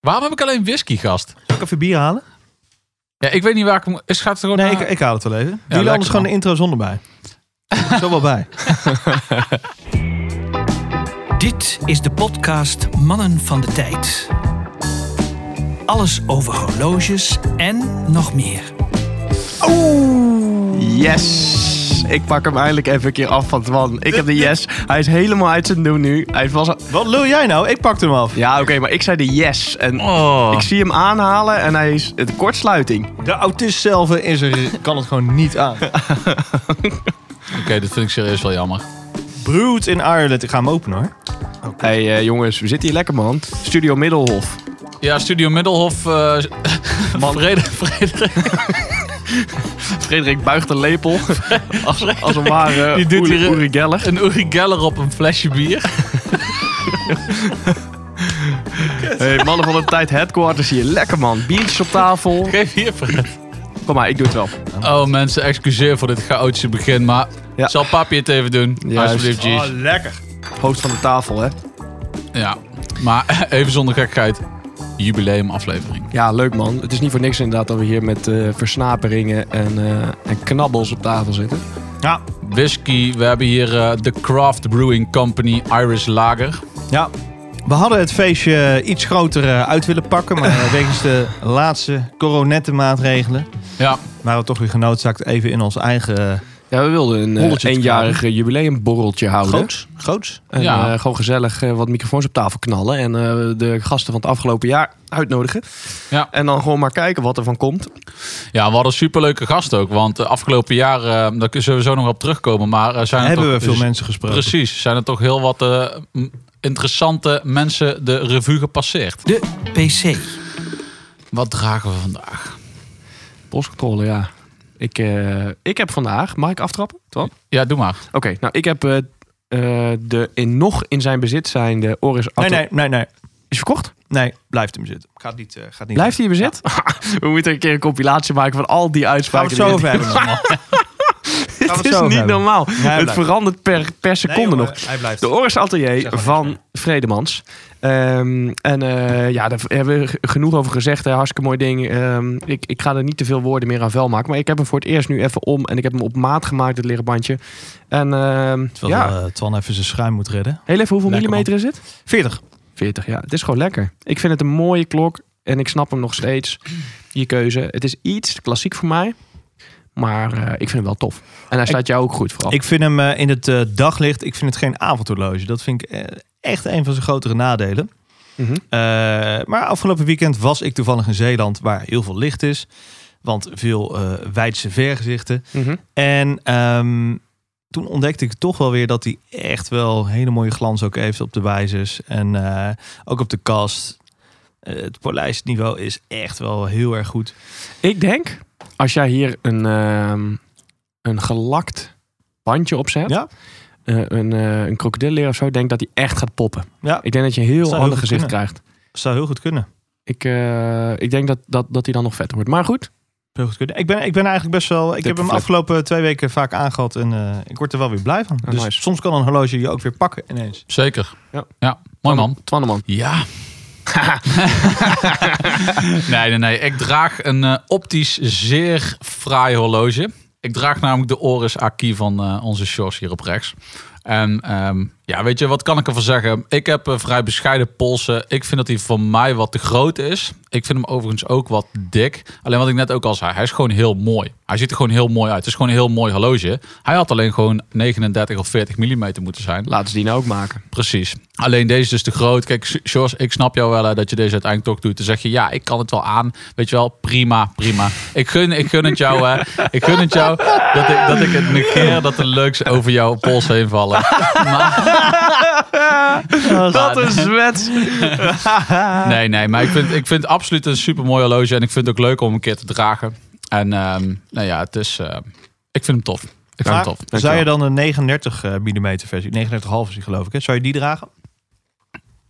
Waarom heb ik alleen whisky, gast? Zal ik even bier halen? Ja, ik weet niet waar ik moet. Gaat het gewoon Nee, ik haal het wel even. Doe lekker, anders gewoon de intro zonder bij. Zo wel bij. Dit is de podcast Mannen van de Tijd. Alles over horloges en nog meer. Yes! Ik pak hem eindelijk even een keer af van Twan. Ik heb de yes. Hij is helemaal uit zijn doen nu. Hij was... Wat lul jij nou? Ik pakte hem af. Ja, oké, maar ik zei de yes. En Oh. ik zie hem aanhalen en hij is de kortsluiting. De autist zelf kan het gewoon niet aan. Oké, dit vind ik serieus wel jammer. Brewed in Ireland. Ik ga hem openen hoor. Hey jongens, we zitten hier lekker man. Studio Middelhof. Ja, Studio Middelhof. Frederik buigt een lepel. als een ware Die doet hier Uri Geller. Een Uri Geller op een flesje bier. Hey, mannen van de tijd headquarters hier. Lekker man. Biertjes op tafel. Geef hier, Fred. Kom maar, ik doe het wel. Oh mensen, excuseer voor dit chaotische begin, maar Ja. zal Papi het even doen? Juist. Alsjeblieft, Jeez. Oh, lekker. Hoofd van de tafel, hè? Ja, maar even zonder gekheid. Jubileumaflevering. Ja, leuk man. Het is niet voor niks inderdaad dat we hier met versnaperingen en knabbels op tafel zitten. Ja. Whisky, we hebben hier de Craft Brewing Company Irish Lager. Ja. We hadden het feestje iets groter uit willen pakken. Maar wegens de laatste coronettenmaatregelen Ja, waren we toch weer genoodzaakt even in ons eigen Ja, we wilden een Bolletje te eenjarig jubileumborreltje houden. groots. En Ja. gewoon gezellig wat microfoons op tafel knallen. En de gasten van het afgelopen jaar uitnodigen. Ja. En dan gewoon maar kijken wat er van komt. ja, we hadden superleuke gasten ook. Want de afgelopen jaar, daar zullen we zo nog op terugkomen. Maar zijn er Hebben toch, we veel mensen gesproken. Precies, zijn er toch heel wat interessante mensen de revue gepasseerd. De PC. Wat dragen we vandaag? Postcontrole, ja. Ik heb vandaag... Mag ik aftrappen, Twan? Ja, doe maar. Oké, nou ik heb de nog in zijn bezit zijnde Oris Atto... Nee. Is verkocht? Nee, blijft hem zitten. Gaat niet. Blijft hij in bezit? We moeten een keer een compilatie maken van al die Gaan we uitspraken. het zo over hebben. Het is niet normaal. hij Het blijft. verandert per seconde nog. Hij blijft. De Oris Atelier Zeg maar van Vredemans. Daar hebben we genoeg over gezegd. Hè. Hartstikke mooi ding. Ik ga er niet te veel woorden meer aan vuil maken. Maar ik heb hem voor het eerst nu even om. En ik heb hem op maat gemaakt, het leren bandje. En Terwijl Twan even zijn schuim moet redden. heel even, hoeveel Lekker, millimeter is het? 40. 40, ja. Het is gewoon lekker. Ik vind het een mooie klok. En ik snap hem nog steeds. Je keuze. Het is iets klassiek voor mij. Maar ik vind hem wel tof. En hij staat jou ook goed vooral. Ik vind hem in het daglicht. Ik vind het geen avondhorloge. Dat vind ik echt een van zijn grotere nadelen. Mhm. Maar afgelopen weekend was ik toevallig in Zeeland, waar heel veel licht is. Want veel wijdse vergezichten. Mhm. En toen ontdekte ik toch wel weer dat hij echt wel hele mooie glans ook heeft op de wijzers. En ook op de kast. Het polijstniveau is echt wel heel erg goed. Ik denk, als jij hier een gelakt bandje opzet, Ja? een krokodilleer of zo, denk dat hij echt gaat poppen. Ja, Ik denk dat je een heel Zou heel ander goed gezicht kunnen. krijgt. zou heel goed kunnen. Ik denk dat hij dan nog vetter wordt. Maar goed, Heel goed kunnen. Ik ben eigenlijk best wel... Ik heb hem Tip-flip. afgelopen 2 weken vaak aangehad en ik word er wel weer blij van. Ah, Dus nice. soms kan een horloge je ook weer pakken ineens. Zeker. Ja. Mooi man. Twanneman. Ja. Nee. Ik draag een optisch zeer fraai horloge. Ik draag namelijk de Oris Aki van onze Sjors hier op rechts. En weet je, wat kan ik ervan zeggen? Ik heb vrij bescheiden polsen. Ik vind dat hij voor mij wat te groot is. Ik vind hem overigens ook wat dik. Alleen wat ik net ook al zei, hij is gewoon heel mooi. Hij ziet er gewoon heel mooi uit. Het is gewoon een heel mooi horloge. Hij had alleen gewoon 39 of 40 millimeter moeten zijn. Laten ze die nou ook maken. Precies. Alleen deze is dus te groot. Kijk, Sjors, ik snap jou wel dat je deze uiteindelijk toch doet. Dan zeg je, ja, ik kan het wel aan. Weet je wel, prima. Ik gun het jou, hè. Ik gun het jou dat ik het negeer dat er leuks over jouw pols heen vallen. Wat een zwet. Nee, maar ik vind het absoluut een super mooi horloge. En ik vind het ook leuk om een keer te dragen. En het is... ik vind hem tof. Ik vind hem tof. Zou je dan een 39 mm versie, 39,5 is die geloof ik, hè? Zou je die dragen?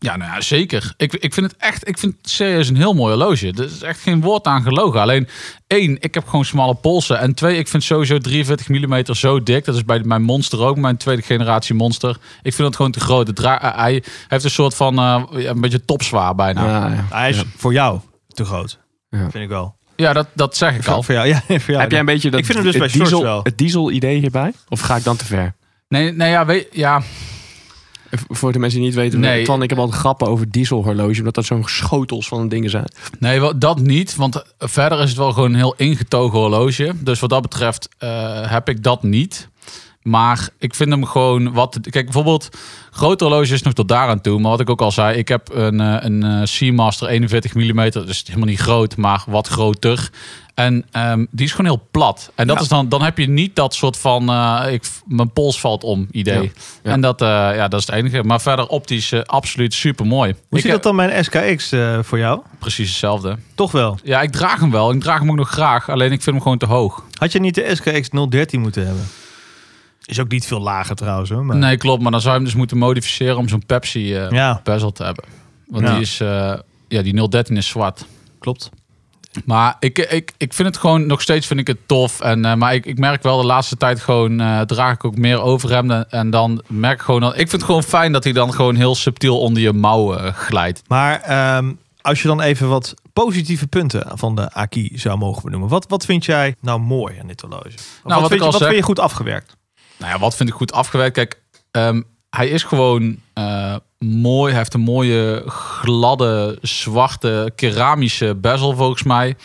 Ja, nou ja, zeker. Ik vind het serieus een heel mooi horloge. Er is echt geen woord aan gelogen. Alleen 1, ik heb gewoon smalle polsen. En 2, ik vind sowieso 43 mm zo dik. Dat is bij mijn Monster ook, mijn tweede generatie Monster. Ik vind het gewoon te groot. Hij heeft een soort van een beetje topzwaar bijna. Ja. Hij is voor jou te groot. Ja. Vind ik wel. Ja, dat zeg ik al. Voor jou, ja. Voor jou. Heb jij een beetje dat Ik vind hem dus bij Shorts wel. het diesel idee hierbij? Of ga ik dan te ver? Nee, ja. Voor de mensen die niet weten, Nee. ik heb altijd grappen over dieselhorloge, omdat dat zo'n schotels van dingen zijn. Nee, dat niet. Want verder is het wel gewoon een heel ingetogen horloge. Dus wat dat betreft heb ik dat niet. Maar ik vind hem gewoon kijk, bijvoorbeeld, grote horloge is nog tot daaraan toe. Maar wat ik ook al zei, ik heb een Seamaster 41 mm. Dus helemaal niet groot, maar wat groter. En die is gewoon heel plat. En dat is dan heb je niet dat soort van mijn pols valt om idee. Ja. En dat is het enige. Maar verder optisch absoluut super mooi. Hoe zit dat dan bij een SKX voor jou? Precies hetzelfde. Toch wel. Ja, ik draag hem wel. Ik draag hem ook nog graag. Alleen ik vind hem gewoon te hoog. Had je niet de SKX 013 moeten hebben? Is ook niet veel lager trouwens hoor. Maar... Nee, klopt. Maar dan zou je hem dus moeten modificeren om zo'n Pepsi bezel te hebben. Want die is, die 013 is zwart. Klopt. Maar ik vind het gewoon, nog steeds vind ik het tof. Maar ik merk wel de laatste tijd gewoon, draag ik ook meer overhemden. En dan merk ik gewoon, ik vind het gewoon fijn dat hij dan gewoon heel subtiel onder je mouw glijdt. Maar als je dan even wat positieve punten van de Aki zou mogen benoemen. Wat vind jij nou mooi aan dit horloge? Wat vind je goed afgewerkt? Nou ja, wat vind ik goed afgewerkt? Kijk, hij is gewoon mooi. Hij heeft een mooie, gladde, zwarte, keramische bezel volgens mij.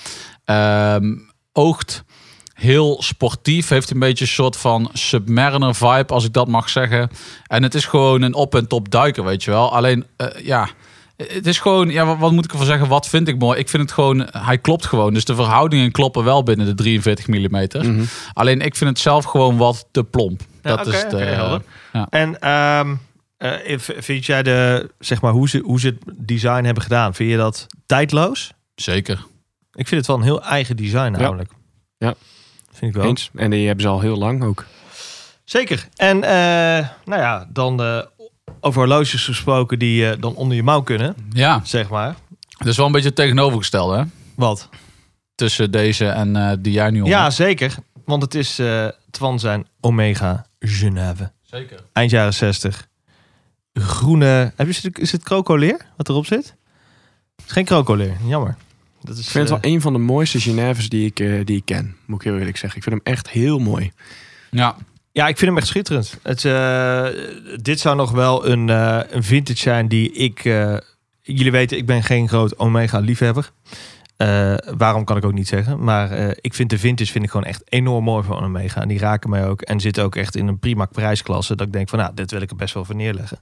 Oogt heel sportief. Heeft een beetje een soort van Submariner vibe, als ik dat mag zeggen. En het is gewoon een op- en top duiker, weet je wel. Alleen, het is gewoon, wat moet ik ervan zeggen? Wat vind ik mooi? Ik vind het gewoon, hij klopt gewoon. Dus de verhoudingen kloppen wel binnen de 43 mm. Mm-hmm. Alleen, ik vind het zelf gewoon wat te plomp. Dat is helder. Ja. En vind jij hoe ze het design hebben gedaan, vind je dat tijdloos? Zeker. Ik vind het wel een heel eigen design namelijk. Ja. Vind ik wel. Eens. En die hebben ze al heel lang ook. Zeker. En dan over horloges gesproken die dan onder je mouw kunnen, Ja, zeg maar. dat is wel een beetje het tegenovergestelde, hè? Wat? Tussen deze en die jij nu onder. Ja, zeker. Want het is Twan zijn Omega Genève. Zeker. Eind jaren 60. Groene... Is het krokoleer wat erop zit? Het is geen krokoleer. Jammer. Dat is, Ik vind het wel een van de mooiste Geneves die ik ken. Moet ik heel eerlijk zeggen. Ik vind hem echt heel mooi. Ja. Ja, ik vind hem echt schitterend. Dit zou nog wel een vintage zijn die ik... jullie weten, ik ben geen groot Omega-liefhebber. Waarom kan ik ook niet zeggen. Maar ik vind de vintage gewoon echt enorm mooi van Omega. En die raken mij ook. En zitten ook echt in een prima prijsklasse. Dat ik denk van, dit wil ik er best wel voor neerleggen.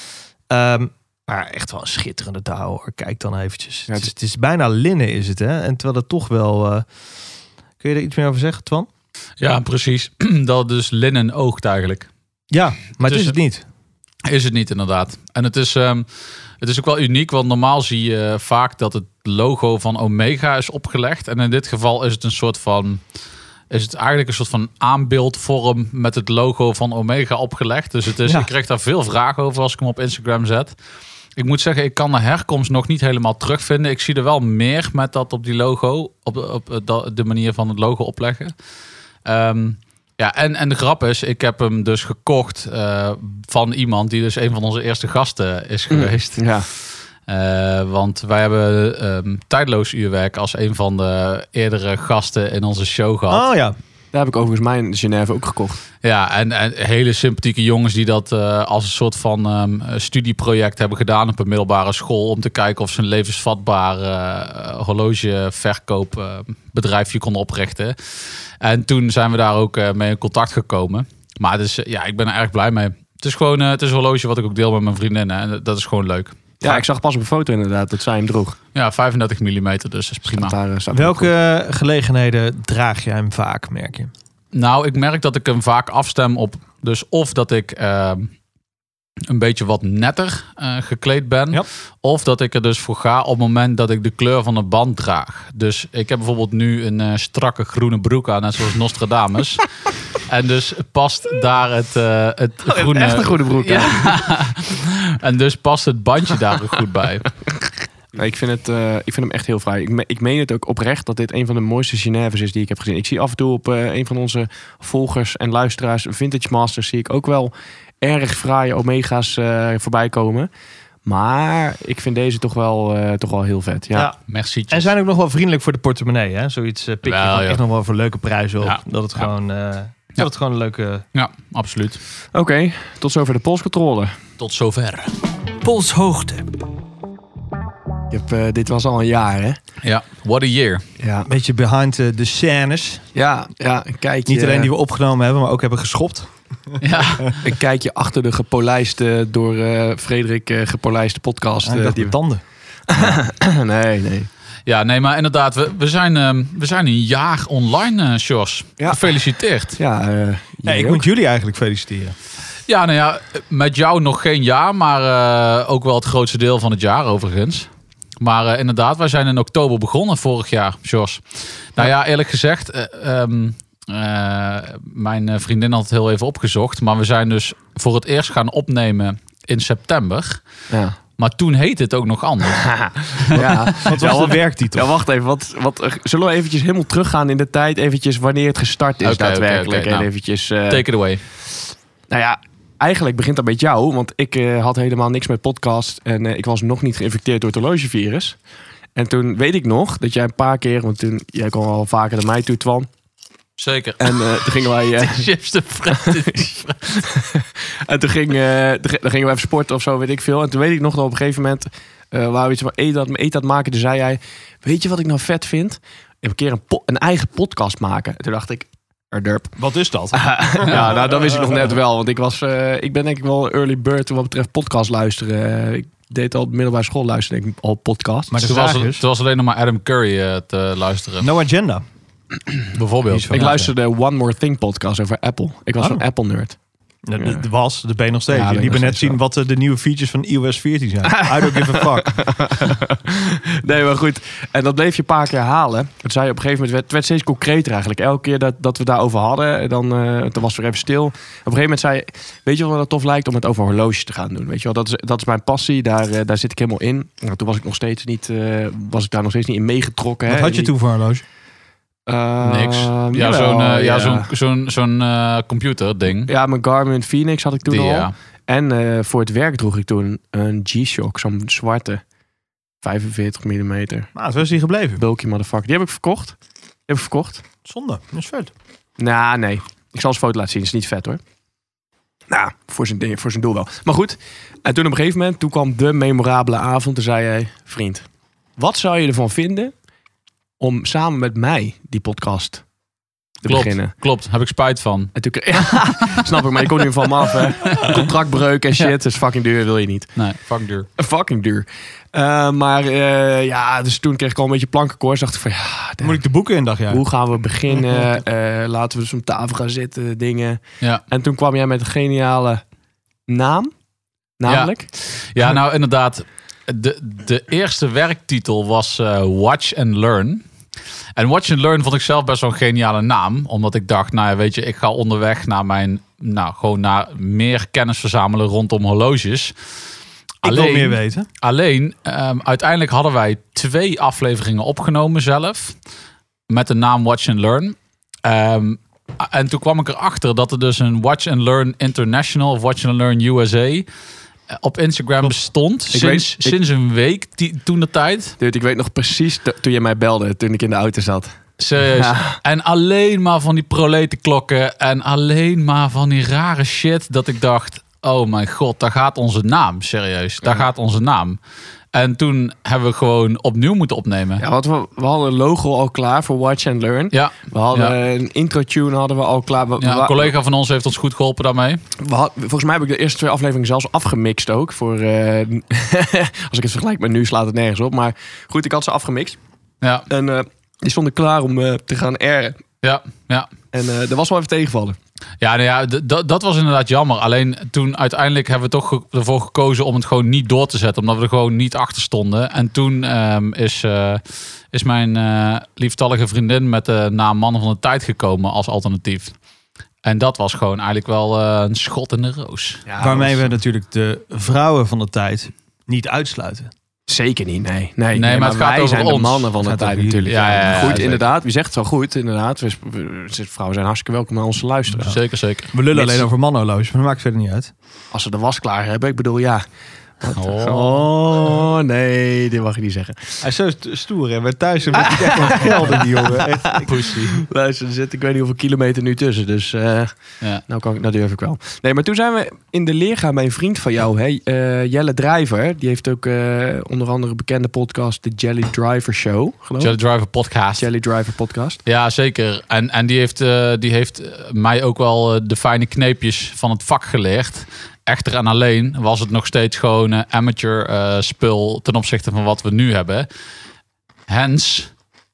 Maar echt wel een schitterende touw hoor. Kijk dan eventjes. Ja, Het is bijna linnen is het hè. En terwijl het toch wel... kun je er iets meer over zeggen, Twan? Ja, precies. Dat het dus linnen oogt eigenlijk. Ja, maar het Dus is het niet. Is het niet, inderdaad. En het is ook wel uniek, want normaal zie je vaak dat het logo van Omega is opgelegd. En in dit geval is het eigenlijk een soort van aanbeeldvorm met het logo van Omega opgelegd. Dus ik kreeg daar veel vragen over als ik hem op Instagram zet. Ik moet zeggen, ik kan de herkomst nog niet helemaal terugvinden. Ik zie er wel meer met dat op die logo, op de manier van het logo opleggen. En de grap is, ik heb hem dus gekocht van iemand die dus een van onze eerste gasten is geweest. Ja. Want wij hebben tijdloos uurwerk als een van de eerdere gasten in onze show gehad. Oh ja. Daar heb ik overigens mijn Genève ook gekocht. Ja, en hele sympathieke jongens die dat als een soort van studieproject hebben gedaan op een middelbare school. Om te kijken of ze een levensvatbaar horlogeverkoopbedrijfje konden oprichten. En toen zijn we daar ook mee in contact gekomen. Maar dus, ik ben er erg blij mee. Het is gewoon het is een horloge wat ik ook deel met mijn vriendinnen. En dat is gewoon leuk. Ja, ik zag pas op een foto inderdaad dat zij hem droeg. Ja, 35 mm, dus dat is prima. Welke gelegenheden draag jij hem vaak, merk je? Nou, ik merk dat ik hem vaak afstem op... Dus of dat ik een beetje wat netter gekleed ben. Ja. Of dat ik er dus voor ga op het moment dat ik de kleur van de band draag. Dus ik heb bijvoorbeeld nu een strakke groene broek aan, net zoals Nostradamus. En dus past daar het groene... Echt een goede broek. Ja. En dus past het bandje daar ook goed bij. Nee, ik vind hem echt heel fraai. Ik meen het ook oprecht dat dit een van de mooiste Geneves is die ik heb gezien. Ik zie af en toe op een van onze volgers en luisteraars, Vintage Masters, zie ik ook wel erg fraaie Omega's voorbij komen. Maar ik vind deze toch wel heel vet. Ja. Merci. En zijn ook nog wel vriendelijk voor de portemonnee. Hè? Zoiets pik je Wel, gewoon ja. echt nog wel voor leuke prijzen op. Ja. Dat het gewoon... Dat het gewoon een leuke... Ja, absoluut. Oké, tot zover de polscontrole. Tot zover. Polshoogte. Dit was al een jaar, hè? Ja, what a year. Ja, Beetje behind the scènes. een kijkje. Niet alleen die we opgenomen hebben, maar ook hebben geschopt. Ja. Een kijkje achter de gepolijste, door Frederik gepolijste podcast. Ik dacht die de tanden. Nee. Ja, nee, maar inderdaad, we zijn een jaar online, Sjors. Ja. Gefeliciteerd. Ja, Ja, ik moet jullie eigenlijk feliciteren. Ja, nou ja, met jou nog geen jaar, maar ook wel het grootste deel van het jaar overigens. Maar inderdaad, wij zijn in oktober begonnen vorig jaar, Sjors. Nou ja, eerlijk gezegd, mijn vriendin had het heel even opgezocht. Maar we zijn dus voor het eerst gaan opnemen in september. Ja. Maar toen heette het ook nog anders. Ja. Wat was de werktitel? Ja, wacht even. Zullen we eventjes helemaal teruggaan in de tijd? Eventjes wanneer het gestart is daadwerkelijk. Oké. En Nou, eventjes... Take it away. Nou ja, eigenlijk begint dat met jou. Want ik had helemaal niks met podcast. En ik was nog niet geïnfecteerd door het horlogevirus. En toen weet ik nog dat jij een paar keer... Want toen, jij kwam al vaker naar mij toe, Twan. Zeker. En toen gingen wij... Chips de fret. En toen gingen we even sporten of zo, weet ik veel. En toen weet ik nog dat op een gegeven moment... waar we iets van eten aan maken. Toen zei jij, weet je wat ik nou vet vind? Een keer een eigen podcast maken. En toen dacht ik, derp. Wat is dat? Ja, nou, dat wist ik nog net wel. Want ik ben denk ik wel early bird wat betreft podcast luisteren. Ik deed al op de middelbare school luisteren, denk ik, al podcast. Maar de Toen vraag is... was alleen nog maar Adam Curry te luisteren. No Agenda. Bijvoorbeeld. Ik luisterde One More Thing podcast over Apple. Ik was een Apple nerd. Dat ben je nog steeds. Ja, Je ben liet ik me nog net steeds zien wat de nieuwe features van iOS 14 zijn. I don't give a fuck. Nee, maar goed. En dat bleef je een paar keer herhalen. Het zei op een gegeven moment, het werd steeds concreter eigenlijk. Elke keer dat we daarover hadden, en dan was het weer even stil. Op een gegeven moment zei je, weet je wat het tof lijkt om het over horloges te gaan doen? Weet je wel, dat is mijn passie. Daar zit ik helemaal in. Nou, toen was ik nog steeds niet, in meegetrokken. Wat hè? had je toen voor een horloge? Niks. Zo'n computer ding. Ja, mijn Garmin Phoenix had ik toen al. Ja. En voor het werk droeg ik toen een G-Shock, zo'n zwarte 45 mm. Nou, zo is die gebleven. Bulky motherfucker. Die heb ik verkocht. Zonde, dat is vet. Nou, nee. Ik zal eens foto laten zien. Het is niet vet hoor. Nou, voor zijn doel wel. Maar goed. En toen op een gegeven moment, toen kwam de memorabele avond. Toen zei hij, vriend, wat zou je ervan vinden om samen met mij die podcast te beginnen? Klopt, heb ik spijt van. En toen, snap ik, maar je kon nu van me af. Hè? Contractbreuk en shit. Dat is fucking duur, wil je niet. Nee, fucking duur. Fucking duur. Dus toen kreeg ik al een beetje plankenkoorts. Dacht ik van, Dan moet ik de boeken in, dacht jij. hoe gaan we beginnen? Laten we dus om tafel gaan zitten, dingen. Ja. En toen kwam jij met een geniale naam. Namelijk? Ja, nou inderdaad. De eerste werktitel was Watch and Learn. En Watch and Learn vond ik zelf best wel een geniale naam. Omdat ik dacht, nou ja, weet je, ik ga onderweg naar naar meer kennis verzamelen rondom horloges. Ik wil meer weten. Alleen, uiteindelijk hadden wij 2 afleveringen opgenomen zelf. Met de naam Watch and Learn. En toen kwam ik erachter dat er dus een Watch and Learn International of Watch and Learn USA op Instagram bestond. Sinds een week toen de tijd. Dude, ik weet nog precies toen je mij belde, toen ik in de auto zat. Serieus. Ja. En alleen maar van die proletenklokken en alleen maar van die rare shit dat ik dacht, oh mijn god, daar gaat onze naam. Serieus, daar gaat onze naam. En toen hebben we gewoon opnieuw moeten opnemen. Ja, want we hadden een logo al klaar voor Watch and Learn. Ja. We hadden een intro-tune hadden we al klaar. Een collega van ons heeft ons goed geholpen daarmee. Volgens mij heb ik de eerste 2 afleveringen zelfs afgemixt ook. Voor, als ik het vergelijk met nu, slaat het nergens op. Maar goed, ik had ze afgemixt. Ja. En die stonden klaar om te gaan airen. Ja. En dat was wel even tegenvallen. Ja, nou ja, dat was inderdaad jammer. Alleen toen uiteindelijk hebben we toch ervoor gekozen om het gewoon niet door te zetten. Omdat we er gewoon niet achter stonden. En toen is mijn lieftallige vriendin met de naam Mannen van de Tijd gekomen als alternatief. En dat was gewoon eigenlijk wel een schot in de roos. Ja, Waarmee we natuurlijk de vrouwen van de tijd niet uitsluiten. Zeker niet, nee, maar het gaat wij over zijn ons. de mannen van de Het gaat tijd over jullie. natuurlijk. Ja, Goed, zeker. inderdaad. Wie zegt het wel goed, inderdaad. Vrouwen zijn hartstikke welkom naar ons te luisteren. Zeker. We lullen Mits- alleen over mannenhorloges, maar dat maakt verder niet uit. Als ze de was klaar hebben, ik bedoel, ja. Oh. Oh, nee, dit mag je niet zeggen. Hij is zo stoer en bij thuis moet ik echt wel gelden, die jongen. Echt, Pussy. Luister, er zit ik weet niet hoeveel kilometer nu tussen, dus Ja. nou durf ik wel. Nee, maar toen zijn we in de leer gaan bij een vriend van jou, Jelle Drijver. Die heeft ook onder andere bekende podcast, de Jelly Driver Show, geloof ik. Jelly Driver podcast. Jelly Driver podcast. Ja, zeker. En die heeft mij ook wel de fijne kneepjes van het vak geleerd. Echter en alleen was het nog steeds gewoon amateur spul ten opzichte van wat we nu hebben. Hens.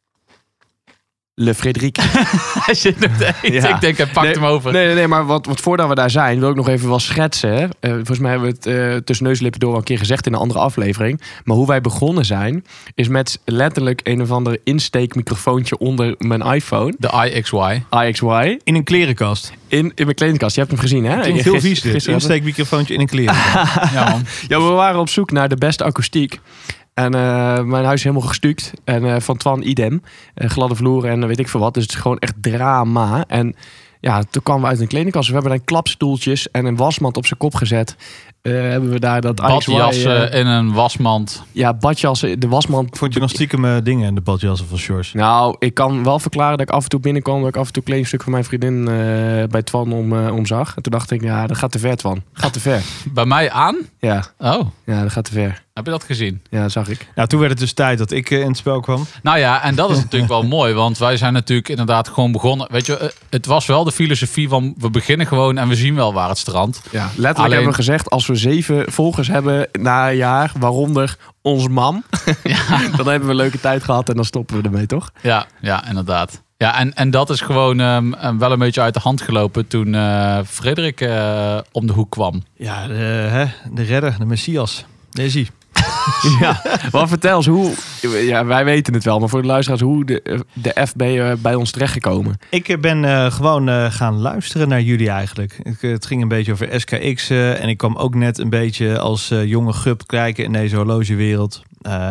Le Frédéric. Hij zit nog te eten. Ja. Ik denk, hij pakt hem over. Nee, maar wat voordat we daar zijn, wil ik nog even wel schetsen. Hè. Volgens mij hebben we het tussen neus en lippen door al een keer gezegd in een andere aflevering. Maar hoe wij begonnen zijn, is met letterlijk een of ander insteekmicrofoontje onder mijn iPhone. De IXY. IXY. in een klerenkast. In mijn kledingkast. Je hebt hem gezien, hè? Het klinkt heel vies dit. Gisteren hebben- Insteekmicrofoontje in een klerenkast. Ja, man. Ja, we waren op zoek naar de beste akoestiek. En mijn huis is helemaal gestuukt. En van Twan idem. Gladde vloeren en weet ik veel wat. Dus het is gewoon echt drama. En ja, toen kwamen we uit een kledingkast. We hebben daar klapstoeltjes en een wasmand op zijn kop gezet. Hebben we daar dat Badjassen in een wasmand. Ja, badjassen, de wasmand. Vond je nog stiekem dingen in de badjassen van Sjors? Nou, ik kan wel verklaren dat ik af en toe binnenkwam. Dat ik af en toe kledingstuk van mijn vriendin bij Twan omzag. En toen dacht ik, ja, dat gaat te ver, Twan. Gaat te ver. Bij mij aan? Ja, Oh, ja, dat gaat te ver. heb je dat gezien? Ja, dat zag ik. Nou, toen werd het dus tijd dat ik in het spel kwam. Nou ja, en dat is natuurlijk wel mooi. Want wij zijn natuurlijk inderdaad gewoon begonnen. Weet je, het was wel de filosofie van we beginnen gewoon en we zien wel waar het strandt. Ja, letterlijk Alleen- hebben we gezegd, als we 7 volgers hebben na een jaar, waaronder ons mam, dan hebben we een leuke tijd gehad en dan stoppen we ermee, toch? Ja, inderdaad. Ja, en dat is gewoon wel een beetje uit de hand gelopen toen Frederik om de hoek kwam. Ja, de redder, de Messias. Daar is hij. Ja, maar vertel eens hoe, ja, wij weten het wel, maar voor de luisteraars, hoe de F ben je bij ons terechtgekomen? Ik ben gewoon gaan luisteren naar jullie eigenlijk. Het ging een beetje over SKX en ik kwam ook net een beetje als jonge gup kijken in deze horlogewereld.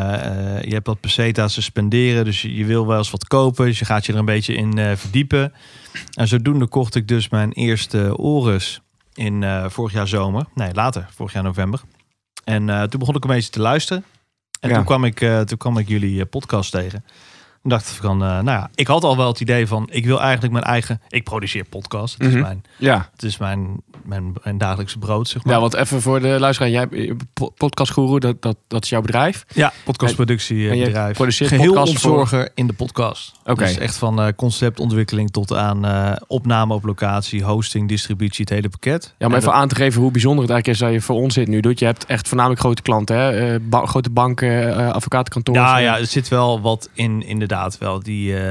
Je hebt wat peseta's te spenderen, dus je wil wel eens wat kopen. Dus je gaat je er een beetje in verdiepen. En zodoende kocht ik dus mijn eerste Oris in vorig jaar zomer. Nee, later, vorig jaar november. En toen begon ik een beetje te luisteren. En Ja. toen kwam ik jullie podcast tegen. En dacht ik van, nou ja, ik had al wel het idee van, ik wil eigenlijk mijn eigen... Ik produceer podcast. Het Mhm. is Ja. mijn dagelijkse brood, zeg maar. Ja, want even voor de luisteraar, jij podcastgoeroe, dat is jouw bedrijf. En je podcastproductiebedrijf. produceert Geheel podcasts voor- ontzorger in de podcast. Oké. Dus echt van conceptontwikkeling tot aan opname op locatie, hosting, distributie, het hele pakket. Ja, maar En even aan te geven hoe bijzonder het eigenlijk is dat je voor ons dit nu doet. Je hebt echt voornamelijk grote klanten, hè? Grote banken, advocatenkantoren. ja, er zit wel wat in, inderdaad wel.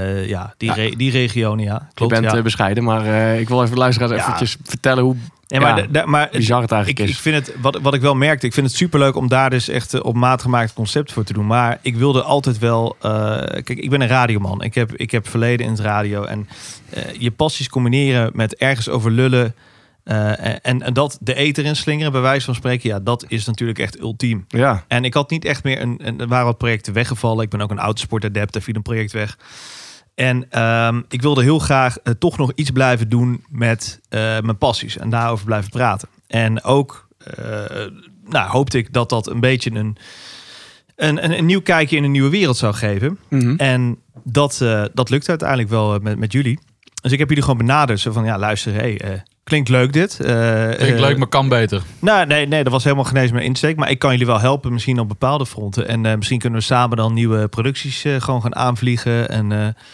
Die regionen, ja. Je Klopt, bent ja. bescheiden, maar ik wil even de luisteraars eventjes vertellen hoe Ja, maar, ja, maar bizar het eigenlijk ik is. vind het, wat ik wel merkte, ik vind het superleuk om daar dus echt op maat gemaakt concept voor te doen. Maar ik wilde altijd wel... kijk, ik ben een radioman. Ik heb verleden in het radio. En je passies combineren met ergens over lullen... en dat de eter in slingeren, bij wijze van spreken... ja, dat is natuurlijk echt ultiem. Ja, En ik had niet echt meer... er waren wat projecten weggevallen. Ik ben ook een autosportadept, daar viel een project weg. En ik wilde heel graag toch nog iets blijven doen met mijn passies. En daarover blijven praten. En ook hoopte ik dat een beetje een nieuw kijkje in een nieuwe wereld zou geven. Mhm. En dat lukt uiteindelijk wel met jullie. Dus ik heb jullie gewoon benaderd. Zo van, ja, luister, klinkt leuk dit. Klinkt leuk, maar kan beter. Nou, nee, dat was helemaal geen eens mijn insteek. Maar ik kan jullie wel helpen, misschien op bepaalde fronten. En misschien kunnen we samen dan nieuwe producties gewoon gaan aanvliegen. En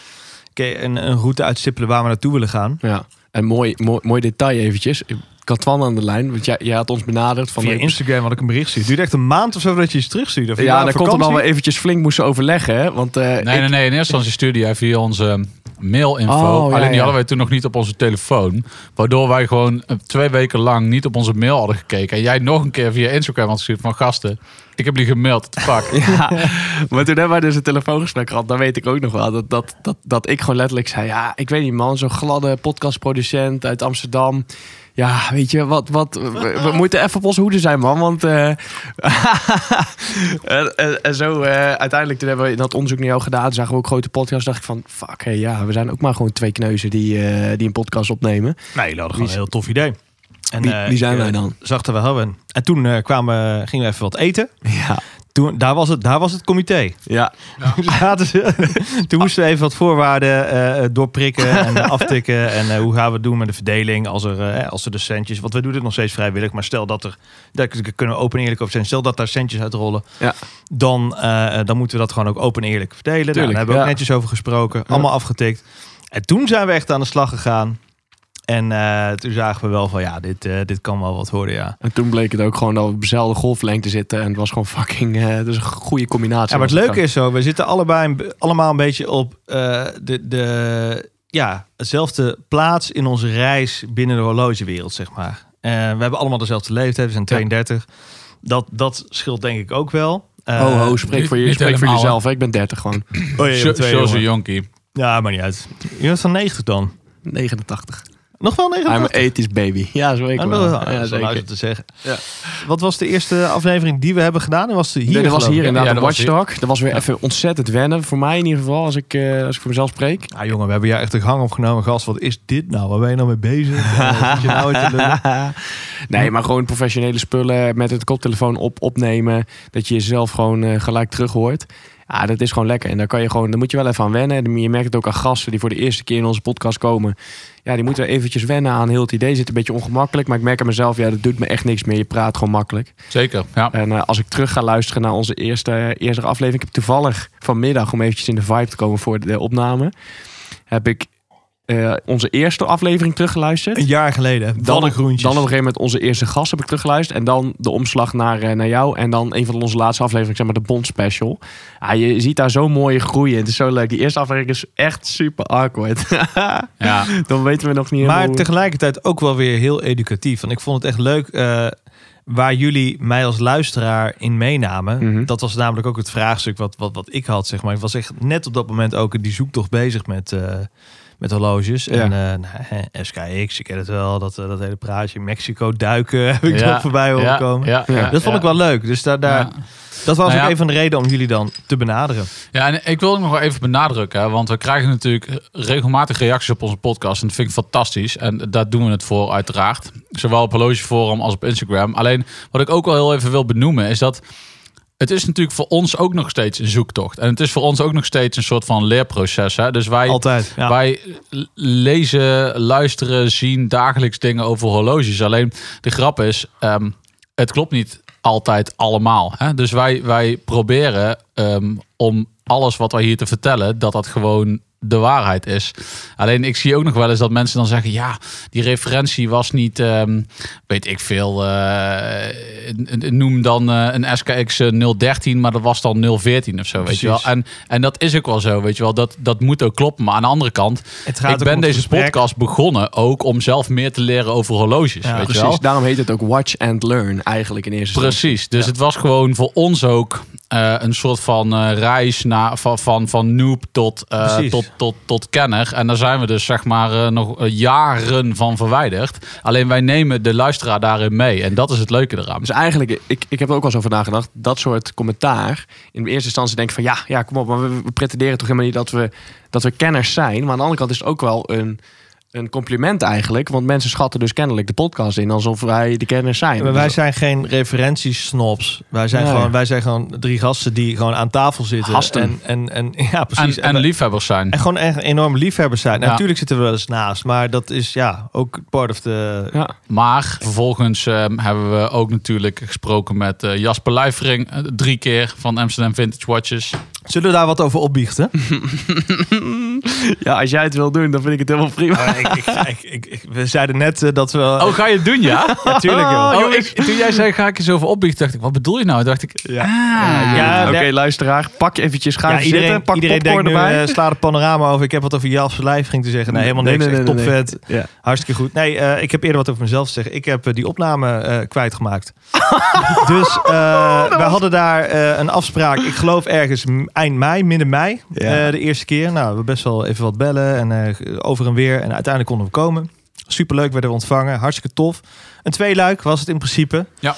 een route uitstippelen waar we naartoe willen gaan. Ja, en mooi detail eventjes. Ik had Twan aan de lijn, want jij had ons benaderd. Van Via Instagram had ik een bericht gestuurd. Het duurde echt een maand of zo dat je iets terugstuurde. Of je Ja, wou dan op komt er dan vakantie. wel eventjes flink moesten overleggen. Hè? Want, Nee, in eerste instantie stuurde jij via onze mailinfo. Ja, Alleen die ja. hadden wij toen nog niet op onze telefoon. Waardoor wij gewoon 2 weken lang niet op onze mail hadden gekeken. En jij nog een keer via Instagram had gestuurd van gasten. Ik heb jullie gemaild. Fuck. Ja, maar toen hebben wij dus een telefoongesprek gehad. Dan weet ik ook nog wel dat ik gewoon letterlijk zei... Ja, ik weet niet man, zo'n gladde podcastproducent uit Amsterdam... Ja, weet je, we moeten even op onze hoede zijn, man. Want en zo, uiteindelijk, toen hebben we dat onderzoek naar jou gedaan. Toen zagen we ook grote podcasts. Dacht ik van, fuck, we zijn ook maar gewoon 2 kneuzen die een podcast opnemen. Nee, jullie hadden gewoon een heel tof idee. En, wie zijn wij dan? Zag er wel hebben. En toen gingen we even wat eten. Ja. Daar was het comité. Ja. Toen moesten we even wat voorwaarden doorprikken en aftikken. En hoe gaan we het doen met de verdeling als er de centjes... Want we doen dit nog steeds vrijwillig. Maar stel daar kunnen we open en eerlijk over zijn. Stel dat daar centjes uitrollen. Ja. Dan moeten we dat gewoon ook open en eerlijk verdelen. Tuurlijk, daar hebben we ook netjes over gesproken. Ja. Allemaal afgetikt. En toen zijn we echt aan de slag gegaan. En toen zagen we wel van dit kan wel wat worden, ja. En toen bleek het ook gewoon dat we op dezelfde golflengte zitten. En het was gewoon fucking... dus een goede combinatie. Ja, maar het leuke is zo, we zitten allemaal een beetje op hetzelfde plaats in onze reis binnen de horlogewereld, zeg maar. We hebben allemaal dezelfde leeftijd, we zijn 32. Dat scheelt denk ik ook wel. Spreek voor jezelf. Hè? Ik ben 30 gewoon. Zoals een jonkie. Ja, maar niet uit. Je bent van 90 dan? 89. Nog wel 89? I'm 80's baby. Ja, zo ik wel. Ja, zeker te zeggen. Ja. Wat was de eerste aflevering die we hebben gedaan? Dat was hier inderdaad de Watchdog. Dat was weer even ontzettend wennen. Voor mij in ieder geval, als ik voor mezelf spreek. Ah, jongen, we hebben jou echt de gang opgenomen. Gast, wat is dit nou? Waar ben je nou mee bezig? Nee, maar gewoon professionele spullen met het koptelefoon opnemen. Dat je jezelf gewoon gelijk terug hoort. Ja, dat is gewoon lekker. En daar moet je wel even aan wennen. Je merkt het ook aan gasten die voor de eerste keer in onze podcast komen. Ja, die moeten eventjes wennen aan heel het idee. Zit een beetje ongemakkelijk. Maar ik merk aan mezelf, dat doet me echt niks meer. Je praat gewoon makkelijk. Zeker, ja. En als ik terug ga luisteren naar onze eerste aflevering. Ik heb toevallig vanmiddag, om eventjes in de vibe te komen voor de opname, heb ik onze eerste aflevering teruggeluisterd. Een jaar geleden. Dan op een gegeven moment onze eerste gast heb ik teruggeluisterd. En dan de omslag naar jou. En dan een van onze laatste afleveringen, zeg maar de Bond Special. Ja, je ziet daar zo'n mooie groei. Het is zo leuk. Die eerste aflevering is echt super awkward. Ja. Dan weten we nog niet helemaal. Maar tegelijkertijd ook wel weer heel educatief. Want ik vond het echt leuk waar jullie mij als luisteraar in meenamen. Mm-hmm. Dat was namelijk ook het vraagstuk wat ik had, zeg maar. Ik was echt net op dat moment ook in die zoektocht bezig met horloges. Ja. En SKX, ik ken het wel, dat hele praatje. Mexico duiken heb ik nog voorbij horen komen. Ja. Dat vond ik wel leuk. Dus dat was ook een van de redenen om jullie dan te benaderen. Ja, en ik wil nog wel even benadrukken. Want we krijgen natuurlijk regelmatig reacties op onze podcast. En dat vind ik fantastisch. En daar doen we het voor uiteraard. Zowel op Horlogeforum als op Instagram. Alleen wat ik ook wel heel even wil benoemen is dat het is natuurlijk voor ons ook nog steeds een zoektocht. En het is voor ons ook nog steeds een soort van leerproces. Hè? Dus wij lezen, luisteren, zien dagelijks dingen over horloges. Alleen de grap is, het klopt niet altijd allemaal. Hè? Dus wij proberen om alles wat wij hier te vertellen, dat gewoon de waarheid is. Alleen ik zie ook nog wel eens dat mensen dan zeggen, ja, die referentie was niet, weet ik veel, noem dan een SKX 013, maar dat was dan 014 of zo, weet je wel. En dat is ook wel zo, weet je wel. Dat moet ook kloppen. Maar aan de andere kant, ik ben deze podcast begonnen ook om zelf meer te leren over horloges. Ja, weet precies. Je wel? Daarom heet het ook Watch and Learn eigenlijk in eerste instantie. Precies. Dus het was gewoon voor ons ook een soort van reis van noob tot kenner. En daar zijn we dus zeg maar nog jaren van verwijderd. Alleen wij nemen de luisteraar daarin mee. En dat is het leuke eraan. Dus eigenlijk, ik heb er ook wel eens over nagedacht. Dat soort commentaar. In eerste instantie denk ik van ja, kom op. Maar we pretenderen toch helemaal niet dat we kenners zijn. Maar aan de andere kant is het ook wel een compliment eigenlijk. Want mensen schatten dus kennelijk de podcast in alsof wij de kenners zijn. Maar wij zijn geen referentiesnobs. Wij zijn gewoon 3 gasten die gewoon aan tafel zitten. Gasten. En ja, precies. En liefhebbers zijn. En gewoon echt enorme liefhebbers zijn. Ja. Natuurlijk zitten we wel eens naast. Maar dat is ook part of the... Ja. Maar vervolgens hebben we ook natuurlijk gesproken met Jasper Luijfering. 3 keer van Amsterdam Vintage Watches. Zullen we daar wat over opbiechten? Ja, als jij het wil doen, dan vind ik het helemaal prima. We zeiden net dat we... Oh, ga je het doen, ja? natuurlijk joh. Toen jij zei, ga ik eens over opbiechten, dacht ik, wat bedoel je nou? Dacht ik, Oké, luisteraar, pak eventjes, ga even zitten, pak iedereen popcorn denkt nu, erbij. sla de panorama over. Ik heb wat over Jalf's lijf ging te zeggen. Nee, helemaal niks. Echt topvet. Ja. Hartstikke goed. Nee, ik heb eerder wat over mezelf te zeggen. Ik heb die opname kwijtgemaakt. Dus wij hadden daar een afspraak. Ik geloof ergens eind mei, midden mei. Ja. De eerste keer. Nou, we hebben best wel even wat bellen. En over en weer. En uiteindelijk konden we komen. Superleuk werden we ontvangen. Hartstikke tof. Een tweeluik was het in principe. Ja.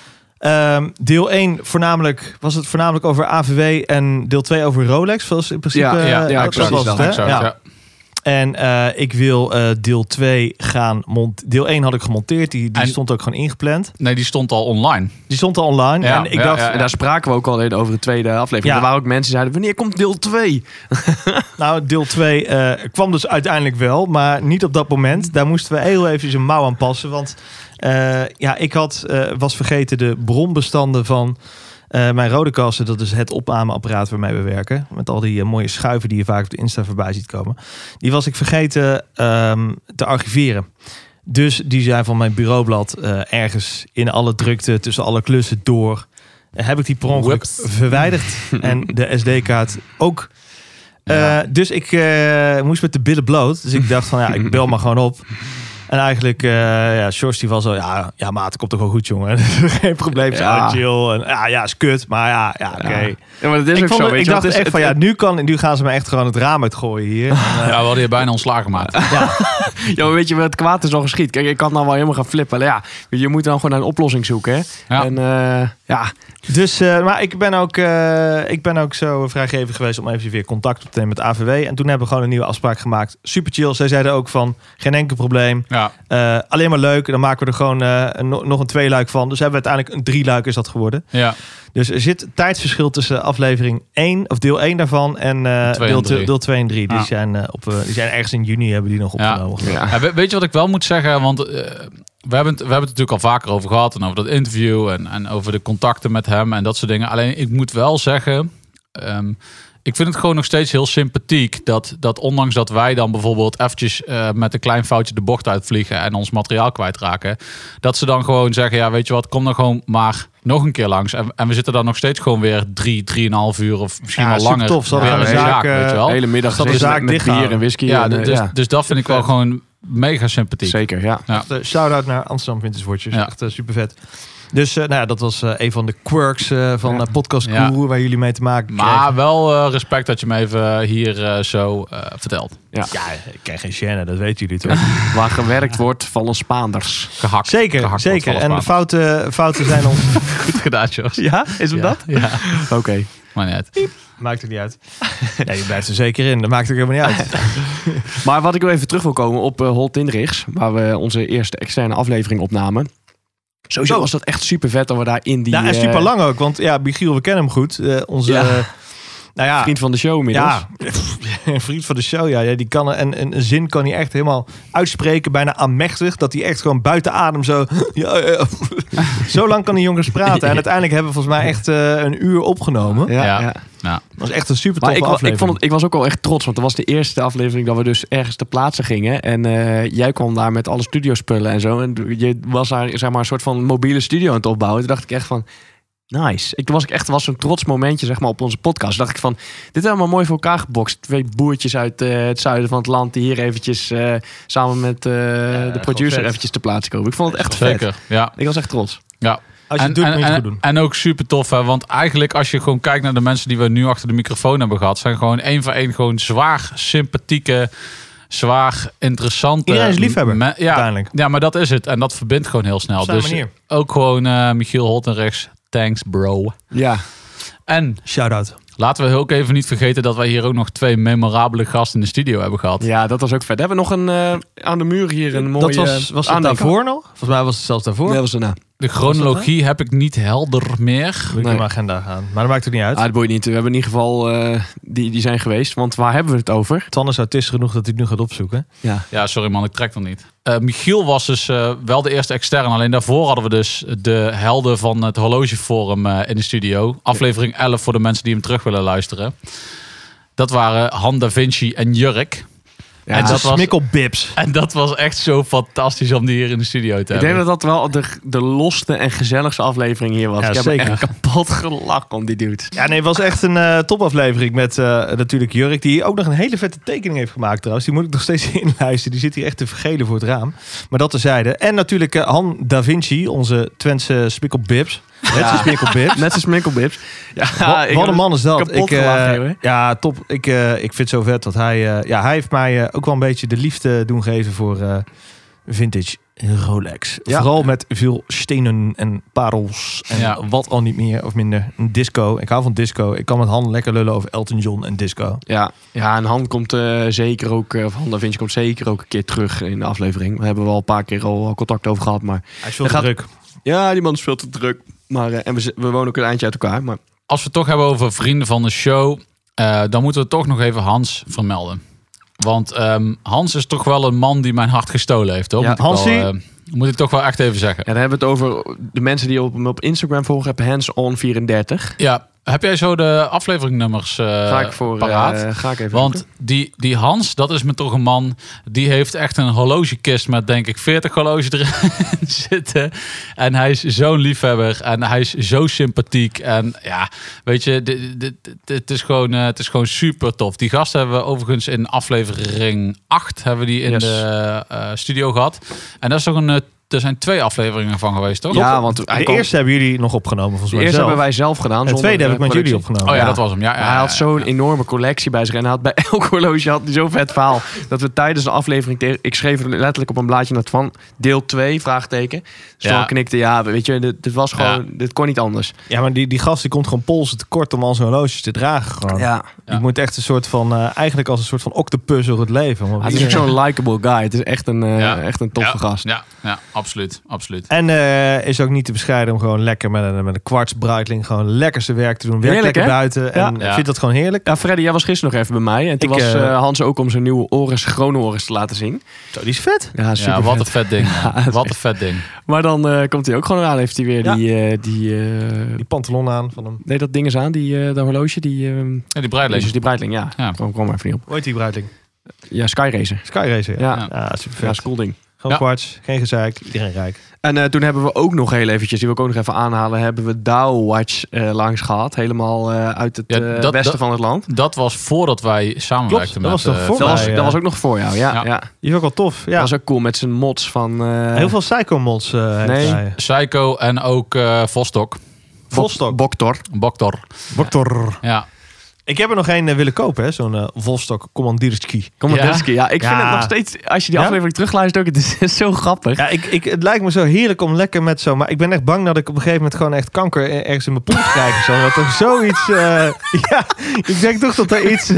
Deel 1 was het voornamelijk over AVW. En deel 2 over Rolex. Was in principe, Ja, dat was het, hè? Exact, ja. En ik wil deel 2 gaan deel 1 had ik gemonteerd. Die stond ook gewoon ingepland. Nee, die stond al online. Die stond al online. Ja, En ik dacht, En daar spraken we ook al over de tweede aflevering. Ja. Er waren ook mensen die zeiden, wanneer komt deel 2? nou, deel 2 kwam dus uiteindelijk wel. Maar niet op dat moment. Daar moesten we heel even een mouw aan passen. Want ik was vergeten de bronbestanden van mijn Rodecaster. Dat is het opnameapparaat waarmee we werken. Met al die mooie schuiven die je vaak op de Insta voorbij ziet komen. Die was ik vergeten te archiveren. Dus die zijn van mijn bureaublad ergens in alle drukte tussen alle klussen door. Heb ik die per ongeluk verwijderd. En de SD-kaart ook. Dus ik moest met de billen bloot. Dus ik dacht van ik bel maar gewoon op. En eigenlijk, Sjors die was al, ja maat, het komt toch wel goed, jongen. Geen probleem, chill. En is kut, maar oké. Ja, maar dat is ook zo, weet ik je. dacht echt van, nu gaan ze me echt gewoon het raam uitgooien hier. En, Ja, we hadden hier bijna ontslagen gemaakt. Ja, maar weet je, het kwaad is al geschied. Kijk, ik kan nou wel helemaal gaan flippen. Ja, je moet dan gewoon naar een oplossing zoeken, hè. Ja. En Dus, maar ik ben ook zo vrijgevig geweest om even weer contact op te nemen met AVW. En toen hebben we gewoon een nieuwe afspraak gemaakt. Super chill. Zij zeiden ook van, geen enkel probleem. Ja. Alleen maar leuk. Dan maken we er gewoon nog een tweeluik van. Dus hebben we uiteindelijk een 3-luik is dat geworden. Ja. Dus er zit tijdsverschil tussen aflevering 1, of deel 1 daarvan, en deel 2 en 3. Die zijn ergens in juni hebben die nog opgenomen. Ja. Ja, weet je wat ik wel moet zeggen? Want we hebben het natuurlijk al vaker over gehad. En over dat interview en over de contacten met hem en dat soort dingen. Alleen ik moet wel zeggen, ik vind het gewoon nog steeds heel sympathiek dat ondanks dat wij dan bijvoorbeeld eventjes met een klein foutje de bocht uitvliegen en ons materiaal kwijtraken, dat ze dan gewoon zeggen, ja weet je wat, kom dan gewoon maar nog een keer langs. En we zitten dan nog steeds gewoon weer 3,5 uur of misschien wel langer. Tof. Weer een zaak, weet je wel. hele middag de zaak met bier en whisky. Ja, en, dus dat vind ik wel gewoon mega sympathiek. Zeker, ja. Shout-out naar Amsterdam Vintage Watches. Ja. Echt super vet. Dus dat was een van de quirks van Podcast Guru waar jullie mee te maken kregen. Maar wel respect dat je me even hier zo vertelt. Ja, ik krijg geen chaîne, dat weten jullie toch? Waar gewerkt wordt vallen Spaanders. Gehakt. Zeker. En de fouten zijn ons... Goed gedaan, Jos. Ja, is hem dat? Ja. Oké. Maar niet uit. Maakt het niet uit. Ja, je blijft er zeker in. Dat maakt het helemaal niet uit. Maar wat ik wel even terug wil komen op Holt Indrichs, waar we onze eerste externe aflevering opnamen. Sowieso was dat echt super vet dat we daar in die... Ja, en super lang ook. Want Michiel, we kennen hem goed. Onze... vriend van de show inmiddels. Ja, een vriend van de show. Ja, die kan een zin kan hij echt helemaal uitspreken, bijna aanmächtig, dat hij echt gewoon buiten adem zo. Zo lang kan die jongens praten. En uiteindelijk hebben we volgens mij echt een uur opgenomen. Ja. Dat was echt een super toffe aflevering. Ik was ook wel echt trots, want dat was de eerste aflevering dat we dus ergens ter plaatse gingen. En jij kwam daar met alle studiospullen en zo. En je was daar zeg maar een soort van mobiele studio aan het opbouwen. Toen dacht ik echt van, nice. Het was zo'n trots momentje zeg maar op onze podcast. Toen dacht ik van, dit is allemaal mooi voor elkaar gebokst. 2 boertjes uit het zuiden van het land die hier eventjes samen met de producer eventjes ter plaatse komen. Ik vond het echt Zeker, vet. ja. Ik was echt trots. Ja. Als je het doet, moet je het goed doen. En ook super tof, hè? Want eigenlijk als je gewoon kijkt naar de mensen die we nu achter de microfoon hebben gehad, zijn gewoon één voor één gewoon zwaar sympathieke, zwaar interessante... Iedereen is liefhebber, uiteindelijk. Ja, maar dat is het. En dat verbindt gewoon heel snel. Dus manier. ook gewoon Michiel Holtenrechts, thanks bro. Ja. En shout-out. Laten we ook even niet vergeten dat wij hier ook nog 2 memorabele gasten in de studio hebben gehad. Ja, dat was ook vet. We hebben nog een aan de muur hier een mooie... Was dat daarvoor nog? Volgens mij was het zelfs daarvoor. Nee, dat was daarna. De chronologie heb ik niet helder meer. Moet ik in mijn agenda gaan. Maar dat maakt het niet uit. Ah, dat boeit niet. We hebben in ieder geval die zijn geweest. Want waar hebben we het over? Tan is autist genoeg dat hij het nu gaat opzoeken. Ja, sorry man, ik trek nog niet. Michiel was dus wel de eerste extern. Alleen daarvoor hadden we dus de helden van het horlogeforum in de studio. Aflevering 11 voor de mensen die hem terug willen luisteren. Dat waren Han Da Vinci en Jurk. Ja, en dat was- smikkelbips. En dat was echt zo fantastisch om die hier in de studio te Ik hebben. denk dat dat wel de losste en gezelligste aflevering hier was. Ja, ik heb zeker. echt kapot gelachen om die dudes. Ja, nee, het was echt een topaflevering met natuurlijk Jurk. Die ook nog een hele vette tekening heeft gemaakt trouwens. Die moet ik nog steeds inlijsten. Die zit hier echt te vergelen voor het raam. Maar dat terzijde. En natuurlijk Han Da Vinci, onze Twentse smikkelbips. Net zoals smikkelbips. Net als Smikkelbips. Ja, Wat een man is dat. kapot gelachen, hoor. Ja, top. Ik vind het zo vet dat hij... hij heeft mij ook wel een beetje de liefde doen geven voor vintage Rolex. Ja. Vooral met veel stenen en parels. En wat al niet meer of minder. Een disco. Ik hou van disco. Ik kan met Han lekker lullen over Elton John en disco. Ja, en Han komt zeker ook... of Han Da Vinci komt zeker ook een keer terug in de aflevering. Daar hebben we al een paar keer al contact over gehad. Maar Hij is veel te druk. ja, die man is veel te druk. Maar, en we wonen ook een eindje uit elkaar. Maar Als we het toch hebben over vrienden van de show, dan moeten we toch nog even Hans vermelden. Want Hans is toch wel een man die mijn hart gestolen heeft, hoor. Ja, Moet ik toch wel echt even zeggen. ja, dan hebben we het over de mensen die op Instagram volgen. Hebben hands-on34. Ja, heb jij zo de afleveringnummers Ga ik voor paraat? ga ik even Want zoeken. die Hans, dat is me toch een man, die heeft echt een horlogekist met denk ik 40 horloges erin zitten. En hij is zo'n liefhebber en hij is zo sympathiek. En ja, weet je, het is gewoon super tof. Die gast hebben we overigens in aflevering 8 hebben we die in Yes. de studio gehad. En dat is toch er zijn 2 afleveringen van geweest, toch? Ja, want De eerste hebben jullie nog opgenomen volgens de mij eerste zelf. hebben wij zelf gedaan. En de zonder, tweede heb ik met jullie collectie. opgenomen. Oh ja, Ja. dat was hem. Ja, Maar hij had zo'n enorme collectie bij zich. En hij had bij elk horloge had hij zo'n vet verhaal. Dat we tijdens de aflevering... Ik schreef er letterlijk op een blaadje naar van... Deel 2, vraagteken. Dus Ja. toen knikte, ja, weet je, dit was gewoon... Dit kon niet anders. Ja, maar die gast die komt gewoon polsen tekort om al zijn horloges te dragen. Gewoon. Ja. Die moet echt een soort van... eigenlijk als een soort van octopus door het leven. Want Het is ook zo'n likable guy. Het is echt een, Ja. echt een toffe gast. Ja, absoluut. En is ook niet te bescheiden om gewoon lekker met een kwarts Breitling gewoon lekker zijn werk te doen. Werkt Heerlijk, lekker hè? buiten. En Ja. vindt dat gewoon heerlijk. Ja, Freddy, jij was gisteren nog even bij mij. En toen Ik, was Hans ook om zijn nieuwe Oris Chrono-Oris te laten zien. Zo, die is vet. Ja, super Ja, wat vet. een vet ding. man. Ja, Wat een vet ding. Maar dan komt hij ook gewoon aan. Heeft hij weer Ja. die Die pantalon aan van hem. nee, dat ding is aan. Dat horloge. Ja, die Breitling. Dus die Breitling, ja. Ja. Kwam maar even niet op. Hoe heet die Breitling? Ja, Sky Racer. Sky Racer. Ja. Ja, super Ja, vet. is een cool ding. Gewoon Ja. kwarts, geen gezeik, iedereen rijk. En toen hebben we ook nog heel eventjes, die wil ik ook nog even aanhalen, hebben we Dow Watch langs gehad. Helemaal uit het Ja, westen van het land. Dat was voordat wij samenwerkten Klopt, dat met... was toch voor Dat was, mij, dat was ook nog voor jou, ja. Ja. ja. Die is ook wel tof. Ja. Dat was ook cool met zijn mods van... Heel veel psycho-mods heeft Nee. hij. Psycho en ook Vostok. Vostok. Boktor. Boktor. Boktor. Ja. Ik heb er nog één willen kopen, hè? Zo'n Vostok Commandirski. Commanderski. Ja, ik vind Ja. het nog steeds, als je die Ja? aflevering terugluistert ook, het is zo grappig. Ja, het lijkt me zo heerlijk om lekker met zo... Maar ik ben echt bang dat ik op een gegeven moment gewoon echt kanker ergens in mijn pols krijg. Of zo. Dat er zoiets... ja, ik denk toch dat er iets...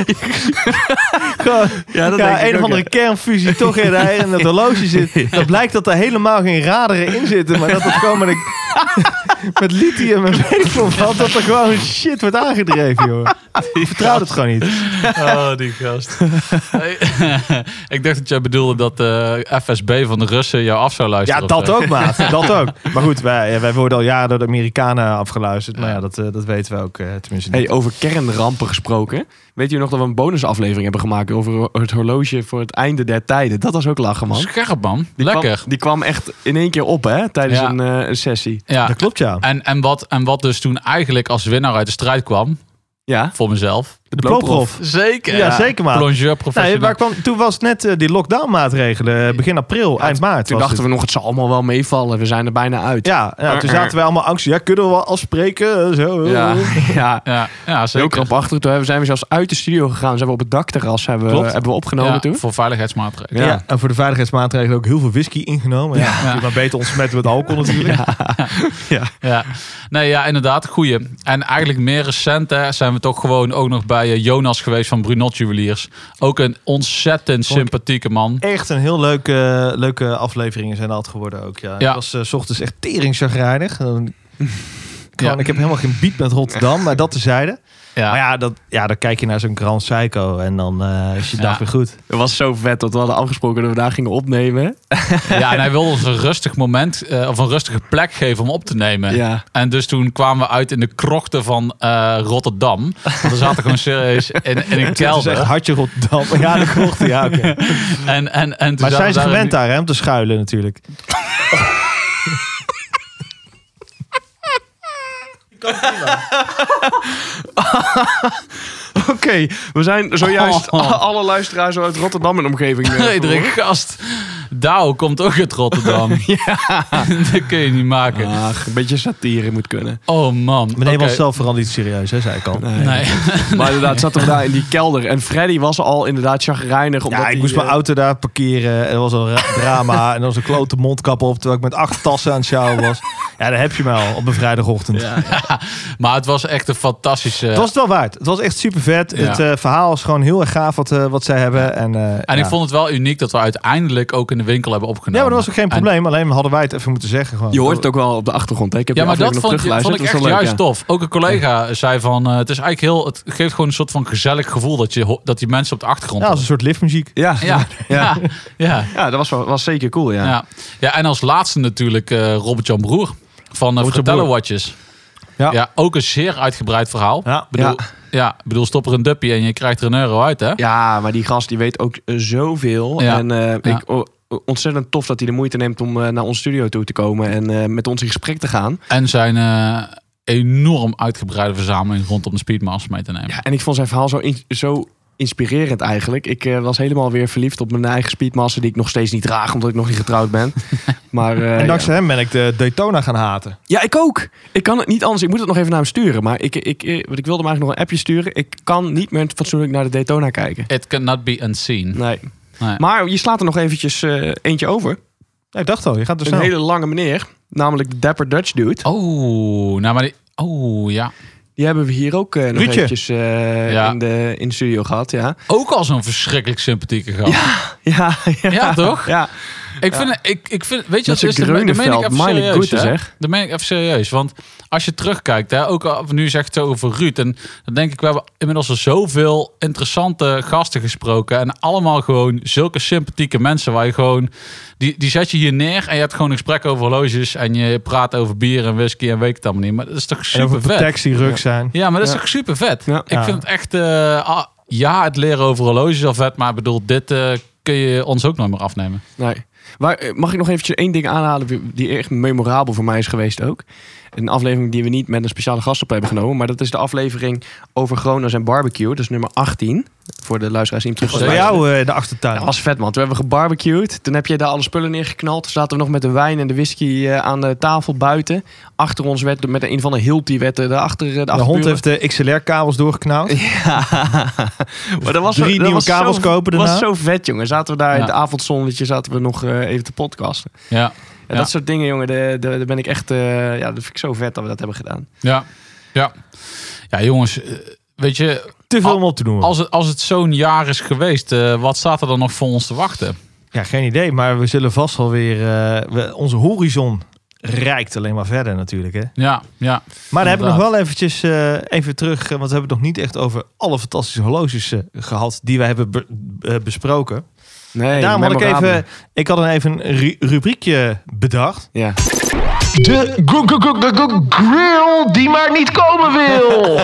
gewoon, Ja, dat denk ik een ook, of andere ja. kernfusie toch in dat horloge zit. Dat blijkt dat er helemaal geen raderen in zitten. Maar dat het gewoon met lithium en weet ik veel wat. Dat er gewoon shit wordt aangedreven, joh. Ik vertrouw het gewoon niet. Oh, die gast. Ik dacht dat jij bedoelde dat de FSB van de Russen jou af zou Ja, luisteren. of dat zo. ook, maat. Dat ook. Maar goed, wij worden al jaren door de Amerikanen afgeluisterd. Maar ja, dat weten we ook tenminste niet. Hey, over kernrampen gesproken. Weet je nog dat we een bonusaflevering hebben gemaakt over het horloge voor het einde der tijden? Dat was ook lachen, man. Scherp, man. Die Lekker. Kwam, die kwam echt in één keer op, hè? Tijdens Ja. een sessie. Ja. Dat klopt, ja. En wat dus toen eigenlijk als winnaar uit de strijd kwam, Ja. voor mezelf. De Plooprof. Zeker. Ja, zeker, maat. Plongeur Nee, professional. toen was net die lockdown maatregelen. Begin april, eind maart. Toen was dachten we nog, het zal allemaal wel meevallen. We zijn er bijna uit. Ja, toen zaten wij allemaal angstig. Ja, kunnen we wel afspreken? Zo. Ja, ja. Ja, Heel zeker. krampachtig. Toen zijn we zelfs uit de studio gegaan. Zijn we op het dakterras Klopt. hebben we opgenomen Ja, toen. voor veiligheidsmaatregelen. Ja. En voor de veiligheidsmaatregelen ook heel veel whisky ingenomen. Ja. Maar beter ontsmetten met alcohol natuurlijk. Ja, nee, ja, inderdaad, goeie. En eigenlijk meer recent hè, zijn we toch gewoon ook nog bij Jonas geweest van Brunot Juweliers. Ook een ontzettend sympathieke man. Echt een heel leuke afleveringen zijn dat geworden ook. Ja. Ja. Ik was 's ochtends echt teringchagrijnig. Ja. Ik heb helemaal geen beat met Rotterdam, maar dat tezijde. Maar dan kijk je naar zo'n Grand Psycho en dan is je dag weer goed. Het was zo vet dat we hadden afgesproken dat we daar gingen opnemen. Ja, en hij wilde ons een rustig moment of een rustige plek geven om op te nemen. Ja. En dus toen kwamen we uit in de krochten van Rotterdam. Want we zaten gewoon serieus in een Het is kelder. echt hartje Rotterdam. Ja, de krochten, ja, oké. En toen Maar zijn ze zaten we gewend daar, hè, om te schuilen natuurlijk? Oké, we zijn zojuist alle luisteraars uit Rotterdam en omgeving. Nee, iedere gast. Douw komt ook uit Rotterdam. Dat kun je niet maken. Ach, een beetje satire moet kunnen. Oh man. We nemen Oké. onszelf vooral niet serieus, hè, zei ik al. Nee. Maar inderdaad, zaten we daar in die kelder. En Freddy was al inderdaad chagrijnig. Omdat Ja, ik moest mijn auto daar parkeren. En er was een drama. En er was een klote mondkap op. Terwijl ik met 8 tassen aan het sjouwen was. Ja, daar heb je me al op een vrijdagochtend. Ja. Maar het was echt een fantastische... Het was het wel waard. Het was echt super vet. Ja. Het verhaal is gewoon heel erg gaaf wat zij hebben. En ik vond het wel uniek dat we uiteindelijk ook in de winkel hebben opgenomen. Ja, maar dat was ook geen probleem. Alleen hadden wij het even moeten zeggen. Gewoon. Je hoort het ook wel op de achtergrond. Hè? Ik heb Ja, die maar dat aflevering nog vond ik echt teruggeluisterd. juist tof. Ook een collega zei van... het is eigenlijk het geeft gewoon een soort van gezellig gevoel dat die mensen op de achtergrond Ja, als een soort liftmuziek. Ja. Ja, dat was zeker cool, ja. Ja, en als laatste natuurlijk Robert-Jan Broer van Fratello Watches. Ja, ook een zeer uitgebreid verhaal. Ja. Bedoel, stop er een duppie en je krijgt er €1 uit, hè? Ja, maar die gast die weet ook zoveel. Ja. En ontzettend tof dat hij de moeite neemt om naar ons studio toe te komen en met ons in gesprek te gaan. En zijn enorm uitgebreide verzameling rondom de Speedmaster mee te nemen. Ja, en ik vond zijn verhaal zo inspirerend eigenlijk. Ik was helemaal weer verliefd op mijn eigen Speedmaster, die ik nog steeds niet draag, omdat ik nog niet getrouwd ben. Maar, En dankzij hem ben ik de Daytona gaan haten. Ja, ik ook. Ik kan het niet anders. Ik moet het nog even naar hem sturen. Maar ik wilde hem eigenlijk nog een appje sturen. Ik kan niet meer fatsoenlijk naar de Daytona kijken. It cannot be unseen. Nee. Nee. Maar je slaat er nog eventjes eentje over. Ja, ik dacht al, je gaat dus Een hele lange meneer. Namelijk de Dapper Dutch Dude. Oh, nou maar ja. Die hebben we hier ook nog Ruudje. eventjes in de studio gehad. Ja, Ook al zo'n verschrikkelijk sympathieke gast. Ja, toch? Ja. Ik vind, weet je, Dat is een dat meen ik Greuneveld. even Meine serieus, Güte, hè? zeg. Dat meen ik even serieus. Want als je terugkijkt, hè, ook al nu zegt het zo over Ruud. En dan denk ik, we hebben inmiddels al zoveel interessante gasten gesproken. En allemaal gewoon zulke sympathieke mensen waar je gewoon... Die zet je hier neer en je hebt gewoon een gesprek over horloges. En je praat over bier en whisky en weet het allemaal niet. Maar dat is toch En super over vet. protectie, rug zijn. Ja, maar dat is toch super vet. Ja. Ik vind het echt... het leren over horloges is al vet. Maar ik bedoel, dit kun je ons ook nooit meer afnemen. Nee. Mag ik nog eventjes één ding aanhalen die echt memorabel voor mij is geweest ook? Een aflevering die we niet met een speciale gast op hebben genomen. Maar dat is de aflevering over Grono's en barbecue. Dat is nummer 18. Voor de luisteraars die hem terug Bij jou de achtertuin. Dat was vet, man. Toen hebben we gebarbecued. Toen heb je daar alle spullen neergeknald. Toen zaten we nog met de wijn en de whisky aan de tafel buiten. Achter ons werd met een van de Hilti de hond heeft de XLR-kabels doorgeknauwd. Ja. Maar dat was 3 nieuwe kabels kopen Dat daarna. was zo vet, jongen. Zaten we daar in het avondzonnetje, zaten we nog even te podcasten. Ja. Ja, dat soort dingen, jongen, daar ben ik echt... dat vind ik zo vet dat we dat hebben gedaan. Ja, jongens, weet je... Te veel om op te noemen. Als het zo'n jaar is geweest, wat staat er dan nog voor ons te wachten? Ja, geen idee. Maar we zullen vast wel weer... onze horizon reikt alleen maar verder natuurlijk. Hè? Ja. Maar dan heb ik nog wel eventjes even terug... want we hebben het nog niet echt over alle fantastische horloges gehad... die wij hebben besproken. Nee, Daarom had memorabel. ik had een rubriekje bedacht. Ja. De grill die maar niet komen wil.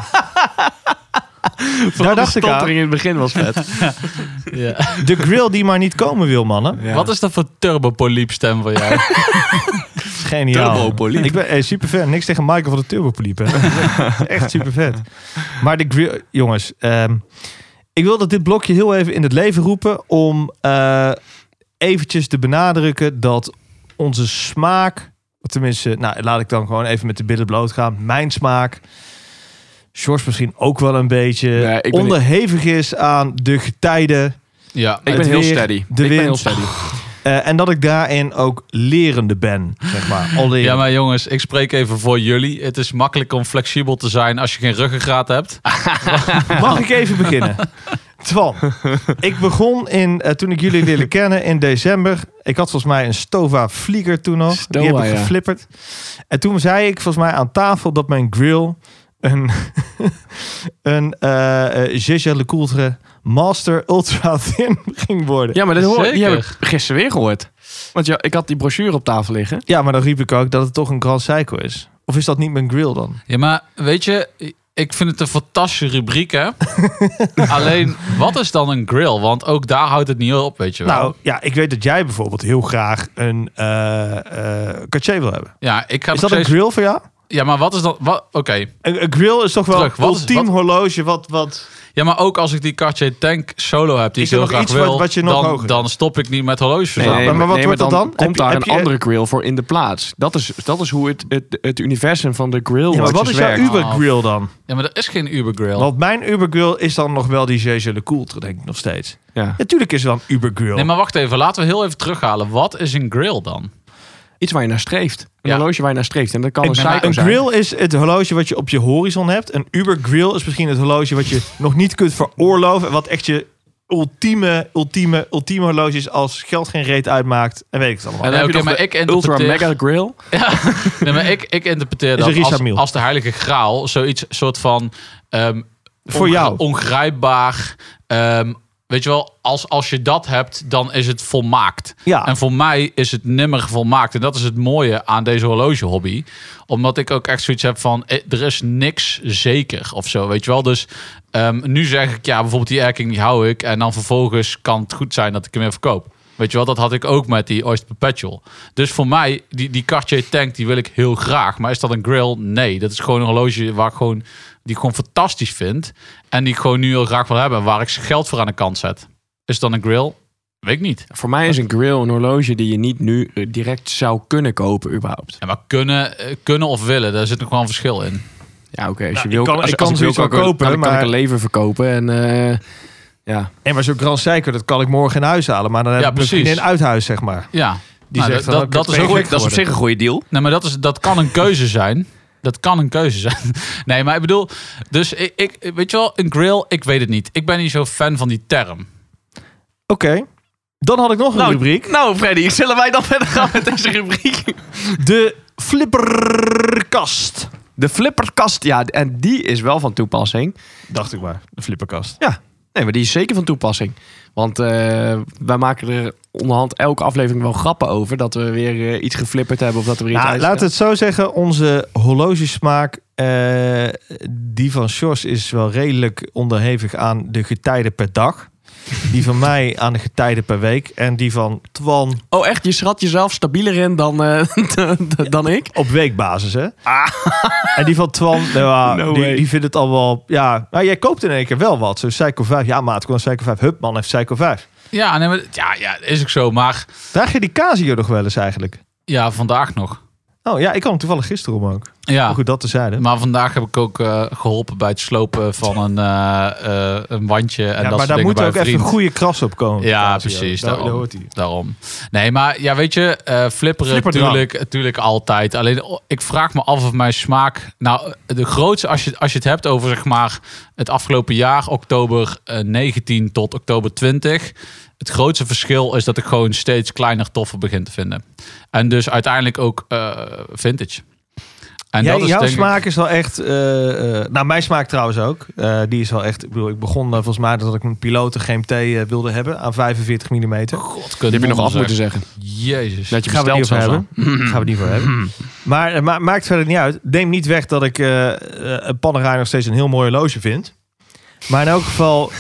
Daar dacht ik aan. in het begin was vet. Ja. De grill die maar niet komen wil, mannen. Ja. Wat is dat voor turbopoliep stem van jou? Geniaal. Turbopoliep. Ik ben super vet. Niks tegen Michael van de Turbopoliep. Hè. Echt super vet. Maar de grill... Jongens, ik wil dat dit blokje heel even in het leven roepen... om eventjes te benadrukken dat onze smaak... tenminste, laat ik dan gewoon even met de billen bloot gaan. Mijn smaak... George misschien ook wel een beetje... Nee, onderhevig is aan de getijden... Ja. Ik ben Het heel weer, steady. de Ik ben wind. heel steady. En dat ik daarin ook lerende ben, zeg maar. Al leren. Ja, maar jongens, ik spreek even voor jullie. Het is makkelijk om flexibel te zijn als je geen ruggengraat hebt. Mag ik even beginnen? Twan, ik begon toen ik jullie leerde kennen in december. Ik had volgens mij een Stova Flieger toen nog. Die heb ik geflipperd. En toen zei ik volgens mij aan tafel dat mijn grill een Jaeger LeCoultre Master Ultra Thin ging worden. Ja, maar die Zeker. heb ik gisteren weer gehoord. Want ja, ik had die brochure op tafel liggen. Ja, maar dan riep ik ook dat het toch een Grand Seiko is. Of is dat niet mijn grill dan? Ja, maar weet je, ik vind het een fantastische rubriek, hè? Alleen, wat is dan een grill? Want ook daar houdt het niet op, weet je wel. Nou, ja, ik weet dat jij bijvoorbeeld heel graag een Cartier wil hebben. Ja, ik ga Is nog dat een steeds... grill voor jou? Ja, maar wat is dan... Oké. Een grill is toch wel Terug, een wat is- ultiem wat- horloge wat... Ja, maar ook als ik die Cartier Tank Solo heb, die Is ik er heel nog graag iets wil, wat je nog dan, hoger dan stop ik niet met horloges Nee, verzamelen. maar wat wordt dat dan? Komt daar Heb je- een andere grill voor in de plaats. Dat is hoe het universum van de grill Ja, maar wat is jouw werkt. Uber grill dan? Ja, maar dat is geen Uber grill. Want mijn Uber grill is dan nog wel die Jaeger LeCoultre, denk ik nog steeds. Ja. Natuurlijk is het wel een Uber grill. Nee, maar wacht even. Laten we heel even terughalen. Wat is een grill dan? Iets waar je naar streeft. Een Ja. horloge waar je naar streeft. En dat kan een ben- Seiko Een zijn. grill is het horloge wat je op je horizon hebt. Een Uber grill is misschien het horloge wat je nog niet kunt veroorloven. En wat echt je ultieme horloge is als geld geen reet uitmaakt. En weet ik het allemaal. En dan heb je Oké, nog maar de ik Ultra interpreteer- Mega Grill. Nee, maar ik interpreteer Is een dat Richard Mille. als de heilige graal. Zoiets soort van... Voor jou. Ongrijpbaar. Weet je wel, als je dat hebt, dan is het volmaakt. Ja. En voor mij is het nimmer volmaakt. En dat is het mooie aan deze horlogehobby. Omdat ik ook echt zoiets heb van... er is niks zeker of zo, weet je wel. Dus nu zeg ik, ja, bijvoorbeeld die Erking, die hou ik. En dan vervolgens kan het goed zijn dat ik hem weer verkoop. Weet je wel, dat had ik ook met die Oyster Perpetual. Dus voor mij, die Cartier Tank, die wil ik heel graag. Maar is dat een grill? Nee, dat is gewoon een horloge waar ik gewoon... die ik gewoon fantastisch vind. En die ik gewoon nu heel graag wil hebben. Waar ik geld voor aan de kant zet. Is het dan een grill? Weet ik niet. Voor mij is een grill een horloge die je niet nu direct zou kunnen kopen überhaupt. Ja, maar kunnen of willen, daar zit nog wel een verschil in. Ja, oké. Als je ik wil, kan- als ik kan wil, zoiets wel kan ik- kopen, kan ik maar- een leven verkopen. En ja. En maar zo'n Grand Seiko, dat kan ik morgen in huis halen. Maar dan heb Ja, ik mijn precies. vriendin uit huis, zeg maar. Ja, Die nou, zegt van, dat is ik ook ben goed. gek Dat is op zich een goede deal. Nee, maar dat kan een keuze zijn. Dat kan een keuze zijn. Nee, maar ik bedoel... Dus ik weet je wel, een grill, ik weet het niet. Ik ben niet zo fan van die term. Oké. Dan had ik nog een rubriek. Nou, Freddy, zullen wij dan verder gaan met deze rubriek? De flipperkast. De flipperkast, ja, en die is wel van toepassing. Dacht ik maar. De flipperkast. Nee, maar die is zeker van toepassing. Want wij maken er onderhand elke aflevering wel grappen over. Dat we weer iets geflipperd hebben of dat we weer iets Nou, uit... laten we het zo zeggen. Onze horlogesmaak, die van Sjors is wel redelijk onderhevig aan de getijden per dag. Die van mij aan de getijden per week. En die van Twan Oh, echt? Je schat jezelf stabieler in dan ik? op weekbasis, hè? En die van Twan, nou, No way. die vindt het al wel... Ja, nou, jij koopt in één keer wel wat. Zo'n Seiko 5. Ja, maat, gewoon Seiko 5. Hupman heeft Seiko 5. Ja, nee, maar, ja, is ook zo. Maar Draag je die Casio nog wel eens eigenlijk? ja, vandaag nog. Oh ja, ik had hem toevallig gisteren om ook. Ja. Maar goed, dat tezijde. Maar vandaag heb ik ook geholpen bij het slopen van een wandje. En Ja, dat maar soort daar dingen moet bij ook een even vriend. een goede kras op komen. Ja, Casio. precies. Daar Daarom. hoort hij. Daarom. Nee, maar ja, weet je, flipperen Flipperdrang. natuurlijk altijd. Alleen, ik vraag me af of mijn smaak... Nou, de grootste, als je het hebt over zeg maar het afgelopen jaar, oktober 19 tot oktober 20... Het grootste verschil is dat ik gewoon steeds kleiner toffer begin te vinden. En dus uiteindelijk ook vintage. En dat is jouw denk ik- smaak is wel echt... nou, mijn smaak trouwens ook. Die is wel echt... Ik bedoel, ik begon volgens mij dat ik een piloten GMT wilde hebben aan 45 mm. God, Die heb je nog af moeten zeggen. Jezus. Dat je Gaan we het besteld niet over zelfs hebben. Gaan we het niet voor hebben. Maar maakt verder niet uit. Neem niet weg dat ik een Panerai nog steeds een heel mooi horloge vind. Maar in elk geval...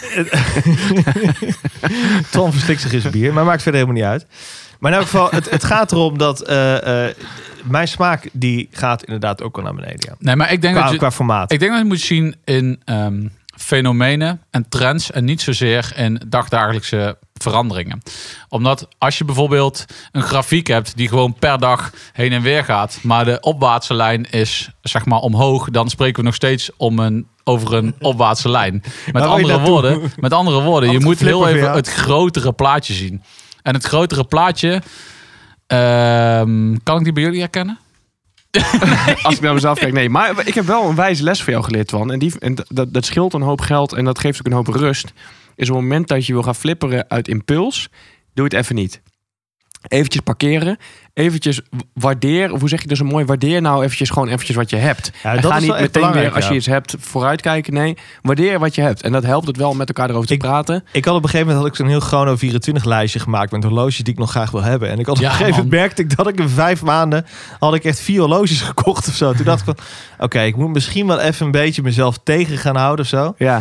Tom verstikt zich in zijn bier. Maar maakt verder helemaal niet uit. Maar in elk geval, het gaat erom dat... mijn smaak die gaat inderdaad ook wel naar beneden. Ja. Nee, maar ik denk dat je... Qua formaat. Ik denk dat je moet zien in fenomenen en trends en niet zozeer in dagdagelijkse veranderingen. Omdat als je bijvoorbeeld een grafiek hebt die gewoon per dag heen en weer gaat, maar de opwaartse lijn is zeg maar omhoog, dan spreken we nog steeds over een opwaartse lijn. Met wil je andere woorden, je Wat moet heel geflippen even voor jou? het grotere plaatje zien. En het grotere plaatje, kan ik die bij jullie herkennen? Als ik naar mezelf kijk, nee. Maar ik heb wel een wijze les voor jou geleerd, Twan. En dat scheelt een hoop geld en dat geeft ook een hoop rust. Is op het moment dat je wil gaan flipperen uit impuls, doe het even niet. Eventjes parkeren. Eventjes waarderen. Of hoe zeg je dus een mooi? Waardeer nou eventjes gewoon eventjes wat je hebt. Ja, en dat ga is niet wel echt meteen weer belangrijk, als je iets hebt vooruitkijken. Nee, waardeer wat je hebt. En dat helpt het wel om met elkaar erover te praten. Ik had op een gegeven moment zo'n heel Chrono 24 lijstje gemaakt met horloges die ik nog graag wil hebben. En ik had op een gegeven moment merkte ik dat ik in 5 maanden had ik echt 4 horloges gekocht of zo. Toen dacht ik van, oké, ik moet misschien wel even een beetje mezelf tegen gaan houden of zo. Ja.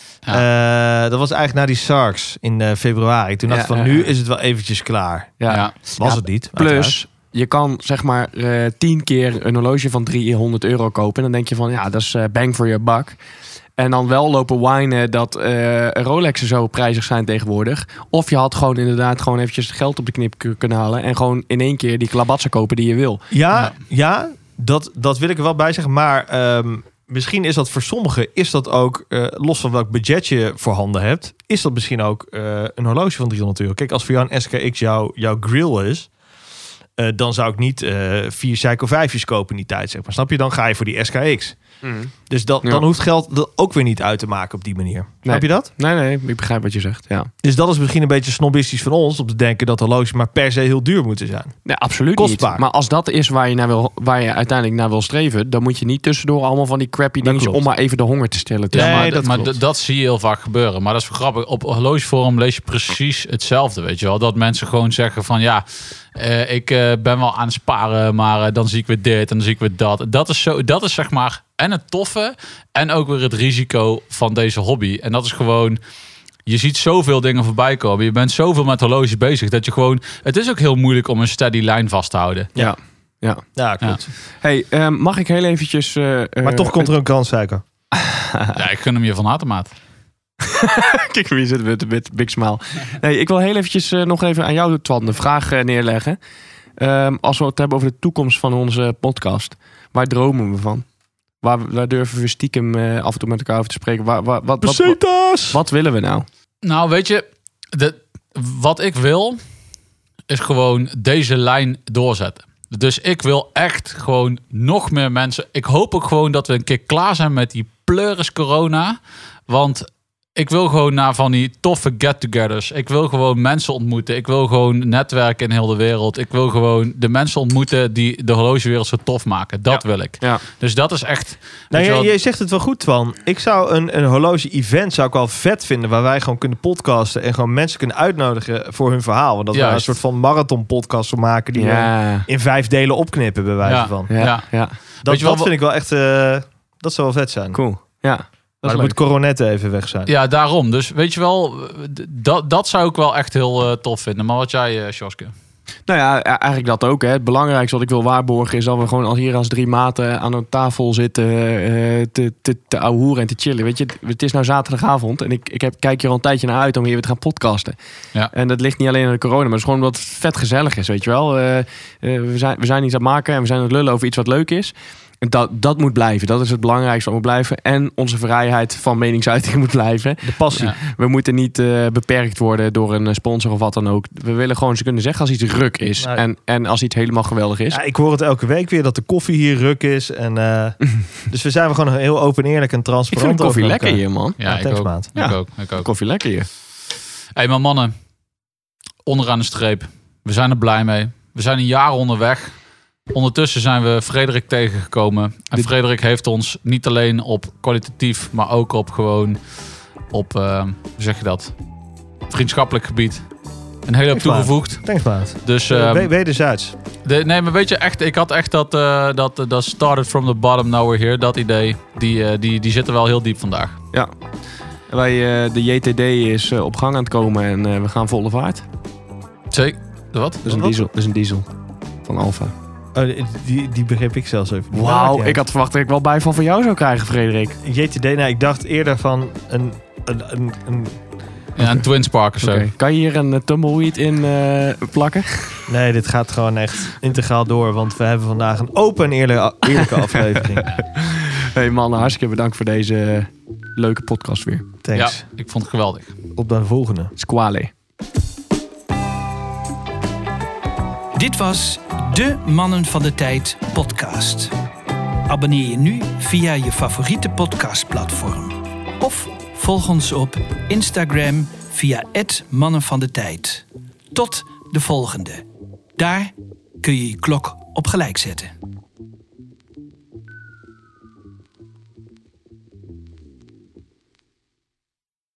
Dat was eigenlijk na die SARS in februari. Toen dacht ik van, nu is het wel eventjes klaar. Ja. Was het niet. Plus, je kan zeg maar 10 keer een horloge van €300 kopen. En dan denk je van, ja, dat is bang for your buck. En dan wel lopen whinen dat Rolexen zo prijzig zijn tegenwoordig. Of je had gewoon inderdaad gewoon eventjes geld op de knip kunnen halen. En gewoon in één keer die klabatsen kopen die je wil. Ja, dat wil ik er wel bij zeggen. Maar misschien is dat voor sommigen, is dat ook, los van welk budget je voorhanden hebt, is dat misschien ook een horloge van €300. Kijk, als voor jou een SKX jouw grill is, dan zou ik niet 4 Seiko 5's kopen in die tijd, zeg maar. Snap je? Dan ga je voor die SKX. Dus dan hoeft geld er ook weer niet uit te maken op die manier. Snap je dat? Nee, ik begrijp wat je zegt, ja. Dus dat is misschien een beetje snobistisch van ons om te denken dat horloges maar per se heel duur moeten zijn. Nee, absoluut kostbaar niet. Maar als dat is waar je uiteindelijk naar wil streven, dan moet je niet tussendoor allemaal van die crappy dingetjes om maar even de honger te stellen. Dat zie je heel vaak gebeuren. Maar dat is wel grappig. Op horlogeforum lees je precies hetzelfde, weet je wel. Dat mensen gewoon zeggen van ja, ik ben wel aan het sparen, maar dan zie ik weer dit en dan zie ik weer dat. Dat is zeg maar en het toffe en ook weer het risico van deze hobby. En dat is gewoon, je ziet zoveel dingen voorbij komen. Je bent zoveel met horloges bezig dat je gewoon, het is ook heel moeilijk om een steady lijn vast te houden. Ja, klopt. Ja. Hey, mag ik heel eventjes... maar toch komt er een kans, Seiko. Ja, ik gun hem je van harte, maat. Kijk wie zit met big smile. Nee, ik wil heel eventjes nog even aan jou, Twan, de vraag neerleggen. Als we het hebben over de toekomst van onze podcast. Waar dromen we van? Waar durven we stiekem af en toe met elkaar over te spreken? Wat willen we nou? Nou, weet je, wat ik wil is gewoon deze lijn doorzetten. Dus ik wil echt gewoon nog meer mensen. Ik hoop ook gewoon dat we een keer klaar zijn met die pleuris corona. Want ik wil gewoon naar van die toffe get-togethers. Ik wil gewoon mensen ontmoeten. Ik wil gewoon netwerken in heel de wereld. Ik wil gewoon de mensen ontmoeten die de horlogewereld zo tof maken. Dat wil ik. Ja. Dus dat is echt... Nou, je zegt het wel goed, Twan. Ik zou een horloge-event zou ik wel vet vinden, waar wij gewoon kunnen podcasten en gewoon mensen kunnen uitnodigen voor hun verhaal. Want dat we een soort van marathon-podcast maken die we in 5 delen opknippen, bij wijze van. Ja. Dat vind ik wel echt... dat zou wel vet zijn. Cool, ja. Maar dan moet coronetten even weg zijn. Ja, daarom. Dus weet je wel, dat zou ik wel echt heel tof vinden. Maar wat jij, Sjoske? Nou ja, eigenlijk dat ook. Hè. Het belangrijkste wat ik wil waarborgen is dat we gewoon hier als 3 maten aan een tafel zitten te ouwehoeren en te chillen. Weet je, het is nou zaterdagavond en ik kijk hier al een tijdje naar uit om hier weer te gaan podcasten. Ja. En dat ligt niet alleen aan de corona, maar het is gewoon omdat het vet gezellig is, weet je wel. We zijn iets aan het maken en we zijn aan het lullen over iets wat leuk is. Dat moet blijven. Dat is het belangrijkste wat moet blijven. En onze vrijheid van meningsuiting moet blijven. De passie. Ja. We moeten niet beperkt worden door een sponsor of wat dan ook. We willen gewoon ze kunnen zeggen als iets ruk is. Nou, en als iets helemaal geweldig is. Ja, ik hoor het elke week weer dat de koffie hier ruk is. En, dus we zijn gewoon heel open, eerlijk en transparant. Ik vind koffie lekker hier, man. Ja, ik ook. Ik ook. Koffie lekker hier. Hey, maar mannen. Onderaan de streep. We zijn er blij mee. We zijn een jaar onderweg. Ondertussen zijn we Frederik tegengekomen. En Frederik heeft ons niet alleen op kwalitatief, maar ook op gewoon op, hoe zeg je dat? Vriendschappelijk gebied. Een hele hoop toegevoegd. Thanks, maat. Dus wederzijds. Nee, maar weet je, echt, ik had echt dat started from the bottom, now we're here. Dat idee, die zit er wel heel diep vandaag. Ja. De JTD is op gang aan het komen en we gaan volle vaart. Zeker. Wat? Dat is een diesel van Alfa. Oh, die begreep ik zelfs even. Wauw, ik had verwacht dat ik wel bijval van jou zou krijgen, Frederik. JTD, nou, ik dacht eerder van een een Twin Spark of zo. Okay. Kan je hier een tumbleweed in plakken? Nee, dit gaat gewoon echt integraal door. Want we hebben vandaag een open en eerlijke aflevering. Hey mannen, hartstikke bedankt voor deze leuke podcast weer. Thanks. Ja, ik vond het geweldig. Op de volgende. Squale. Dit was de Mannen van de Tijd podcast. Abonneer je nu via je favoriete podcastplatform. Of volg ons op Instagram via @mannenvandetijd. Tot de volgende. Daar kun je je klok op gelijk zetten.